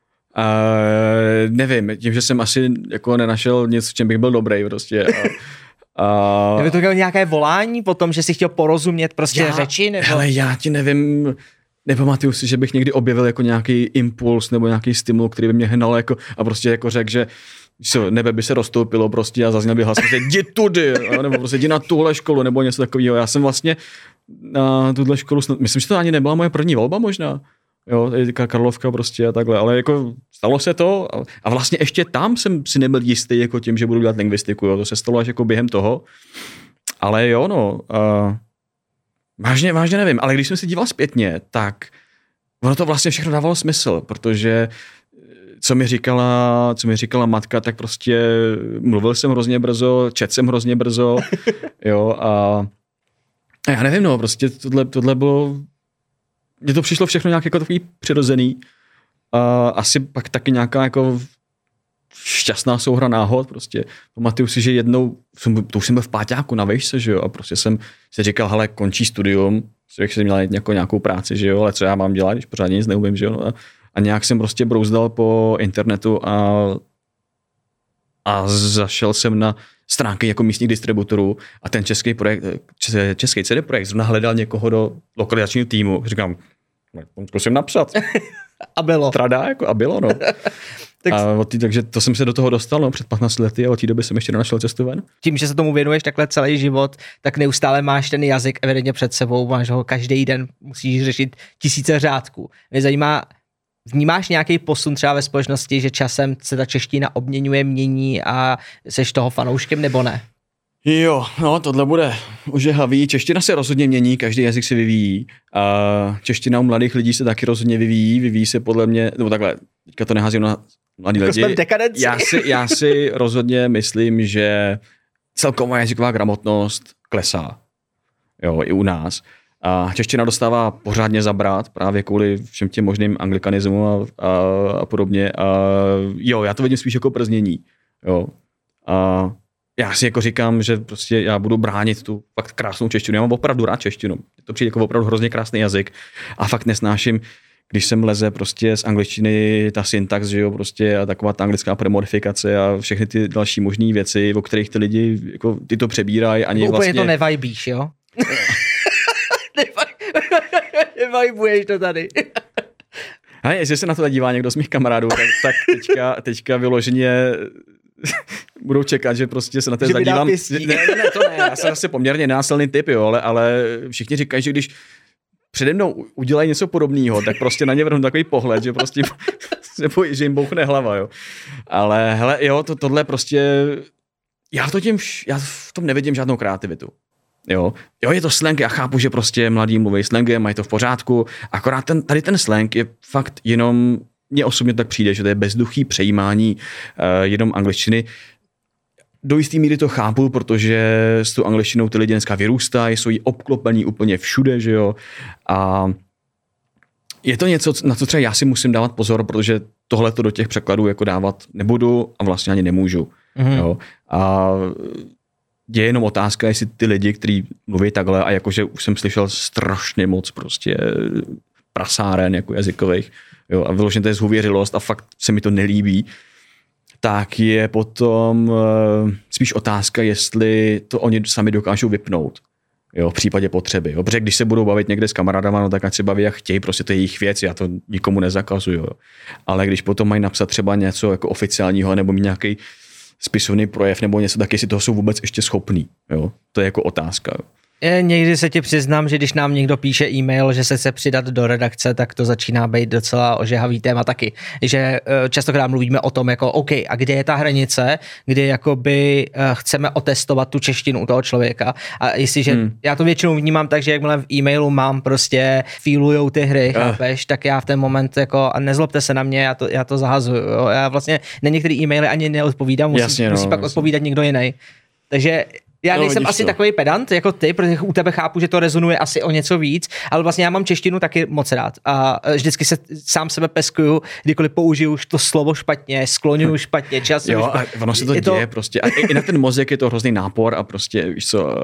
Nevím, tím, že jsem asi jako nenašel nic, v čem bych byl dobrý prostě. Nebo to nějaké volání potom, že jsi chtěl porozumět prostě řeči? Nebo... Hele, já ti nevím, nepamatuju si, že bych někdy objevil jako nějaký impuls nebo nějaký stimul, který by mě hnal jako, a prostě jako řekl, že nebe by se roztoupilo prostě a zazněl by hlas, že jdi tudy, nebo prostě jdi na tuhle školu nebo něco takového. Já jsem vlastně na tuhle školu, myslím, že to ani nebyla moje první volba možná. Jo, Karlovka prostě a takhle, ale jako stalo se to a vlastně ještě tam jsem si nebyl jistý jako tím, že budu dělat lingvistiku, jo, to se stalo až jako během toho, ale jo, no, vážně nevím, ale když jsem si díval zpětně, tak ono to vlastně všechno dávalo smysl, protože co mi říkala matka, tak prostě mluvil jsem hrozně brzo, četl jsem hrozně brzo, jo, a já nevím, no, prostě tohle bylo. Mně to přišlo všechno nějak jako takový přirozený. Asi pak taky nějaká jako šťastná souhra náhod. Prostě pamatuju si, že jednou, to už jsem byl v páťáku na vejšce, že jo, a prostě jsem si říkal, hele, končí studium, člověk si měl nějakou práci, že jo, ale co já mám dělat, když pořádně nic neumím, že jo. A nějak jsem prostě brouzdal po internetu a zašel jsem na stránky jako místních distributorů a ten český CD Projekt zrovna hledal někoho do lokalizačního týmu. Říkám, zkusím napsat. A bylo. Trada, jako, a bylo, no. Takže to jsem se do toho dostal, no, před 15 lety a od té doby jsem ještě nenašel cestu ven. Tím, že se tomu věnuješ takhle celý život, tak neustále máš ten jazyk evidentně před sebou, máš ho každý den, musíš řešit tisíce řádků. Mě zajímá, vnímáš nějaký posun třeba ve společnosti, že časem se ta čeština obměňuje, mění a seš toho fanouškem nebo ne? Jo, no tohle bude ožehavý. Čeština se rozhodně mění, každý jazyk se vyvíjí. A čeština u mladých lidí se taky rozhodně vyvíjí se podle mě, nebo takhle, teďka to neházím na mladý lidi. Já si rozhodně myslím, že celková jazyková gramotnost klesá. Jo, i u nás. A čeština dostává pořádně zabrat právě kvůli všem těm možným anglikanismům a podobně. A jo, já to vidím spíš jako prznění. Jo. A já si jako říkám, že prostě já budu bránit tu fakt krásnou češtinu. Já mám opravdu rád češtinu. To přijde jako opravdu hrozně krásný jazyk a fakt nesnáším, když sem leze prostě z angličtiny ta syntax, že jo, prostě a taková ta anglická premodifikace a všechny ty další možné věci, o kterých ty lidi, jako ty to přebírají, ani úplně vlastně... to nevajbíš, jo? Nevajbuješ to tady. A jestli se na to dívá někdo z mých kamarádů, tak teďka vyloženě budou čekat, že prostě se na to zadívám. Ne, to ne, já jsem asi poměrně nenásilný typ, jo, ale všichni říkají, že když přede mnou udělají něco podobného, tak prostě na ně vrhnu takový pohled, že prostě se bojí, že jim bouchne hlava, jo. Ale hele, jo, tohle prostě, já v tom nevidím žádnou kreativitu. Jo, je to slang, já chápu, že prostě mladí mluví slangem, mají to v pořádku, akorát tady ten slang je fakt jenom, mně osobně tak přijde, že to je bezduchý přejímání jenom angličtiny. Do jistý míry to chápu, protože s tou angličtinou ty lidi dneska vyrůstají, jsou jí obklopení úplně všude, že jo, a je to něco, na co třeba já si musím dávat pozor, protože tohle to do těch překladů jako dávat nebudu a vlastně ani nemůžu, jo, a je jenom otázka, jestli ty lidi, kteří mluví takhle a jakože už jsem slyšel strašně moc prostě prasáren jako jazykových, jo, a vyloženě to je zhuvěřilost a fakt se mi to nelíbí, tak je potom spíš otázka, jestli to oni sami dokážou vypnout, jo, v případě potřeby. Jo. Protože když se budou bavit někde s kamarádama, no tak ať se baví jak chtějí, prostě to je jejich věc, já to nikomu nezakazuju. Jo. Ale když potom mají napsat třeba něco jako oficiálního nebo mít nějaký spisovný projev nebo něco, tak jestli toho jsou vůbec ještě schopný. Jo. To je jako otázka. Jo. Někdy se ti přiznám, že když nám někdo píše e-mail, že se chce přidat do redakce, tak to začíná být docela ožehavý téma taky. Že častokrát mluvíme o tom jako OK, a kde je ta hranice, kdy jakoby chceme otestovat tu češtinu u toho člověka. A jestliže já to většinou vnímám tak, že jakmile v e-mailu mám prostě feelujou ty hry, chápeš, tak já v ten moment jako a nezlobte se na mě, já to zahazuju. Jo. Já vlastně na některé e-maily ani neodpovídám, musí pak odpovídat někdo jiný. Takže já nejsem asi takový pedant jako ty, protože u tebe chápu, že to rezonuje asi o něco víc, ale vlastně já mám češtinu taky moc rád a vždycky se sám sebe peskuju, kdykoliv použiju to slovo špatně, skloňuju špatně, čas. Jo, a ono se to děje prostě. A i na ten mozek je to hrozný nápor a prostě, víš co,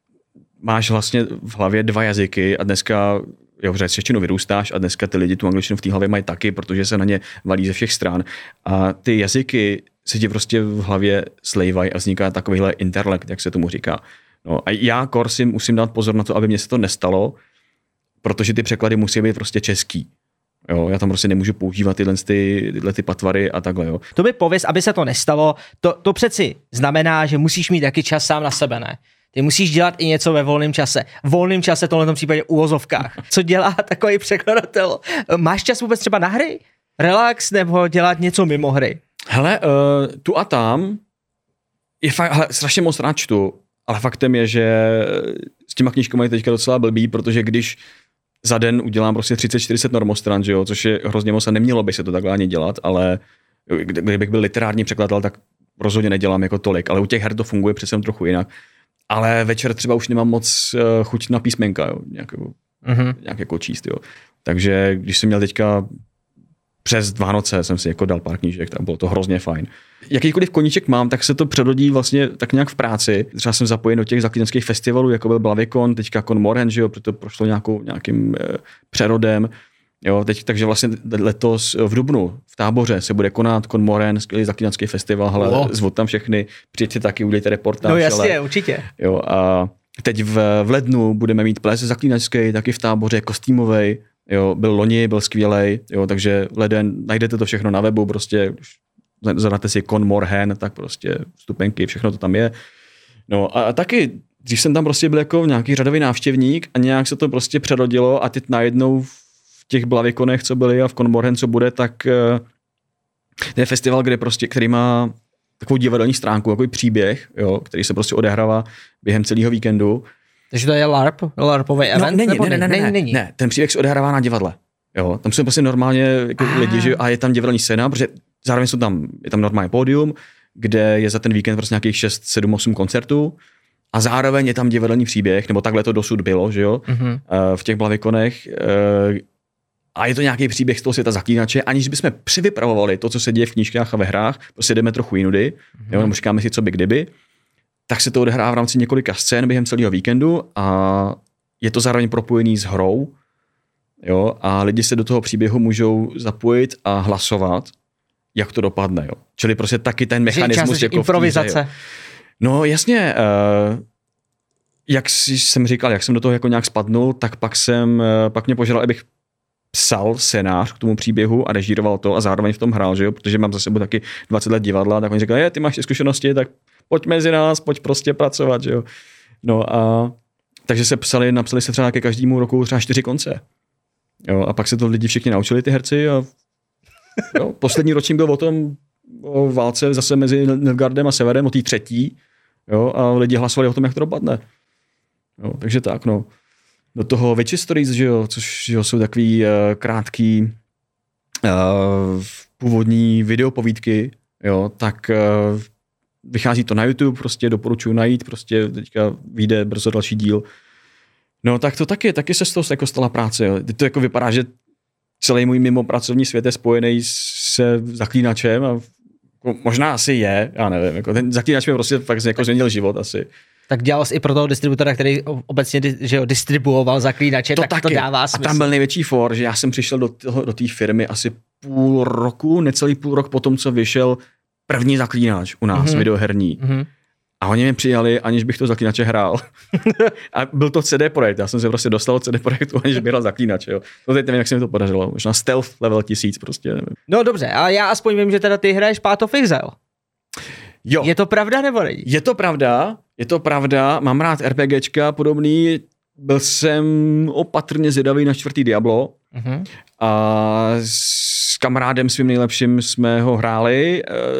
máš vlastně v hlavě 2 jazyky a dneska, jo, v češtinu vyrůstáš a dneska ty lidi tu angličtinu v té hlavě mají taky, protože se na ně valí ze všech stran. A ty jazyky se ti prostě v hlavě slejvají a vzniká takovýhle intelekt, jak se tomu říká. No a já si musím dát pozor na to, aby mě se to nestalo, protože ty překlady musí být prostě český. Jo, já tam prostě nemůžu používat tyhle ty patvary a takhle. Jo. To by pověz, aby se to nestalo, to přeci znamená, že musíš mít taky čas sám na sebe, ne? Ty musíš dělat i něco ve volném čase. V volném čase, tohle tom případě uvozovkách. Co dělá takový překladatel? Máš čas vůbec třeba na hry? Relax nebo dělat něco mimo hry? Hele, tu a tam je fakt, strašně moc rád čtu, ale faktem je, že s těma knížkama je teďka docela blbý, protože když za den udělám prostě 30-40 normostran, že jo, což je hrozně moc a nemělo by se to takhle ani dělat, ale kdybych byl literární překladatel, tak rozhodně nedělám jako tolik, ale u těch her to funguje přece trochu jinak. Ale večer třeba už nemám moc chuť na písmenka, jo, nějak jako číst, jo. Takže když jsem měl teďka přes Vánoce jsem si jako dal pár knížek, tak bylo to hrozně fajn. Jakýkoliv koníček mám, tak se to předhodí vlastně tak nějak v práci. Třeba jsem zapojen do těch zaklínačských festivalů, jako byl Blavikon, teďka Con Moren, že jo, protože prošlo nějakým přerodem. Jo, takže vlastně letos v dubnu v Táboře se bude konat Con Moren, skvělý zaklínačský festival, hele, zvod tam všechny, přijďte taky, udělejte reportáž. No jasně, určitě. Jo, a teď v lednu budeme mít ples zaklínačský, taky v Táboře, kostýmovej. Jo, byl loni, byl skvělej, jo, takže leden, najdete to všechno na webu, prostě zadáte si Con Moren, tak prostě vstupenky, všechno to tam je. No a taky, když jsem tam prostě byl jako nějaký řadový návštěvník a nějak se to prostě přerodilo a teď najednou v těch Blavikonech, co byly a v Con Moren, co bude, tak to je festival, který má takovou divadelní stránku, takový příběh, jo, který se prostě odehrává během celého víkendu. Takže to je LARPový event? No, ne, ten příběh se odehrává na divadle. Jo, tam jsou prostě normálně jako lidi, že, a je tam divadelní scéna, protože zároveň je tam normálně pódium, kde je za ten víkend prostě nějakých 6, 7, 8 koncertů a zároveň je tam divadelní příběh, nebo takhle to dosud bylo, že jo, v těch Blavikonech. A je to nějaký příběh z toho světa zaklínače, aniž bychom převypravovali to, co se děje v knížkách a ve hrách, prostě jdeme trochu jinudy, jo, nebo říkáme si, co by kdyby, tak se to odehrává v rámci několika scén během celého víkendu a je to zároveň propojený s hrou Jo, a lidi se do toho příběhu můžou zapojit a hlasovat, jak to dopadne. Jo. Čili prostě taky ten mechanismus jako improvizace. V týře, no jasně, jak jsem říkal, jak jsem do toho jako nějak spadnul, tak pak mě požádal, abych psal scénář k tomu příběhu a režíroval to a zároveň v tom hrál, že jo, protože mám za sebou taky 20 let divadla, tak oni říkali, ty máš ty zkušenosti, tak pojď mezi nás, pojď prostě pracovat, že jo. No a takže napsali se třeba ke každému roku třeba 4 konce. Jo, a pak se to lidi všichni naučili, ty herci, a jo, poslední ročník byl o válce zase mezi Nilfgaardem a Severem, o té 3. Jo, a lidi hlasovali o tom, jak to dopadne. Jo, takže tak, no. Do toho Witch Stories, že jo, což jo, jsou takový krátký původní videopovídky, jo, tak vychází to na YouTube, prostě doporučuji najít, prostě teďka vyjde brzo další díl. No tak to taky se z toho jako stala práce, jo. To jako vypadá, že celý můj mimo pracovní svět je spojený se Zaklínačem a možná asi je, já nevím, jako ten Zaklínač mi prostě fakt jako změnil život asi. Tak dělal jsi i pro toho distributora, který obecně že jo, distribuoval Zaklínače, tak to dává smysl. A tam byl největší for, že já jsem přišel do té firmy asi necelý půl rok potom, co vyšel první Zaklínač u nás, videoherní. A oni mě přijali, aniž bych to Zaklínače hrál. A byl to CD Projekt, já jsem se prostě dostal od CD Projektu, aniž bych hrál Zaklínače. Jo. No teď nevím, jak se mi to podařilo. Možná stealth level 1000 prostě. Nevím. No dobře, ale já aspoň vím, že teda ty hraješ Path of Exile. Jo. Je to pravda nebo není? Je to pravda, mám rád RPGčka podobný, byl jsem opatrně zvědavý na 4. Diablo a s kamarádem svým nejlepším jsme ho hráli,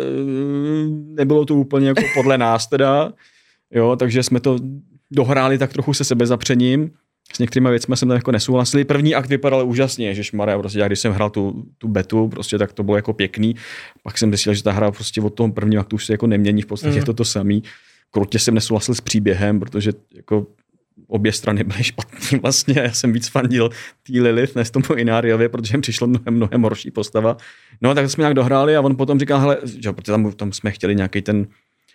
nebylo to úplně jako podle nás teda, jo, takže jsme to dohráli tak trochu se sebezapřením, s některými věcmi jsem tam jako nesouhlasili. První akt vypadal úžasně, ježišmarja, prostě já když jsem hrál tu betu, prostě tak to bylo jako pěkný. Pak jsem zjistil, že ta hra prostě od toho prvního aktu už se jako nemění, v podstatě to samý. Krutě jsem nesouhlasil s příběhem, protože jako obě strany byly špatný vlastně. Já jsem víc fandil tý Lilith, než tomu Inariovi, protože mi přišlo mnohem horší postava. No tak jsme nějak dohráli a on potom říkal, hele, že, protože tam jsme chtěli nějaký ten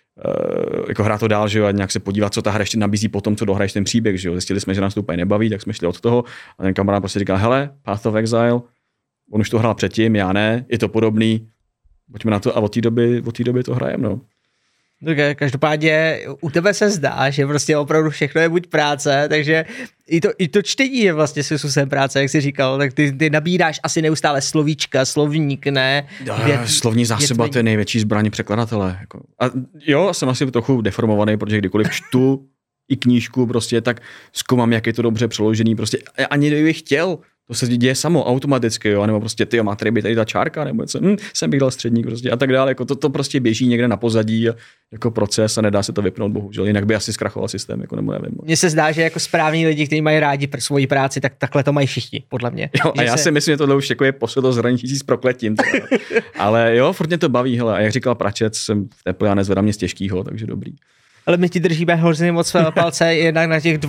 jako hrát to dál, že jo, a nějak se podívat, co ta hra ještě nabízí po tom, co dohraješ ten příběh, že jo. Zjistili jsme, že nás to úplně nebaví, tak jsme šli od toho a ten kamarád prostě říkal, hele, Path of Exile, on už to hrál předtím, já ne, je to podobný, pojďme na to a od té doby to hrajeme, no. Tak každopádně u tebe se zdá, že prostě opravdu všechno je buď práce, takže i to čtení je vlastně svým práce, jak jsi říkal, tak ty nabíráš asi neustále slovíčka, slovník, ne? Slovní zásoba, to je největší zbraň překladatele. Jako. A jo, jsem asi trochu deformovaný, protože kdykoliv čtu i knížku prostě, tak zkoumám, jak je to dobře přeložený, prostě ani kdybych chtěl, to se děje samo, automaticky, jo, nebo prostě ty má tady být tady ta čárka, nebo něco, jsem bych dal středník prostě a tak dále, jako to prostě běží někde na pozadí jako proces a nedá se to vypnout, bohužel, jinak by asi zkrachoval systém, jako nebo nevím. Mně se zdá, že jako správní lidi, kteří mají rádi svoji práci, tak takhle to mají všichni, podle mě. Jo, a já si myslím, že tohle už jako je posledno zhraničící s prokletím. Ale jo, furt mě to baví, hele, a jak říkal Pračec, jsem v teple a nezvedám mě z těžkýho, takže dobrý. Ale my ti držíme hrozně moc své palce jednak na těch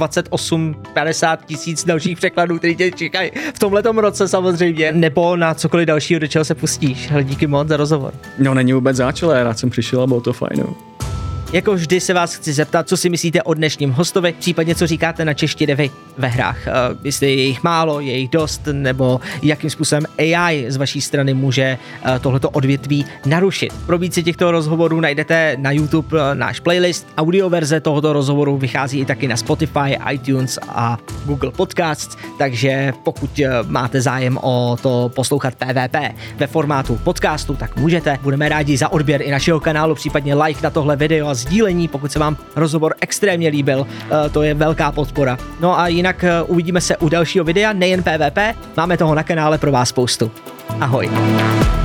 28-50 tisíc dalších překladů, který tě čekají v tomhletom roce samozřejmě, nebo na cokoliv dalšího, do čeho se pustíš. Ale díky moc za rozhovor. No, není vůbec záčelé, rád jsem přišel a bylo to fajn. No. Jako vždy se vás chci zeptat, co si myslíte o dnešním hostovi, případně co říkáte na češtině vy ve hrách. Jestli je jich málo, je jich dost, nebo jakým způsobem AI z vaší strany může tohleto odvětví narušit. Pro více těchto rozhovorů najdete na YouTube náš playlist. Audioverze tohoto rozhovoru vychází i taky na Spotify, iTunes a Google Podcasts, takže pokud máte zájem o to poslouchat PvP ve formátu podcastu, tak můžete. Budeme rádi za odběr i našeho kanálu, případně like na tohle video a sdílení, pokud se vám rozhovor extrémně líbil, to je velká podpora. No a jinak uvidíme se u dalšího videa, nejen PvP, máme toho na kanále pro vás spoustu. Ahoj.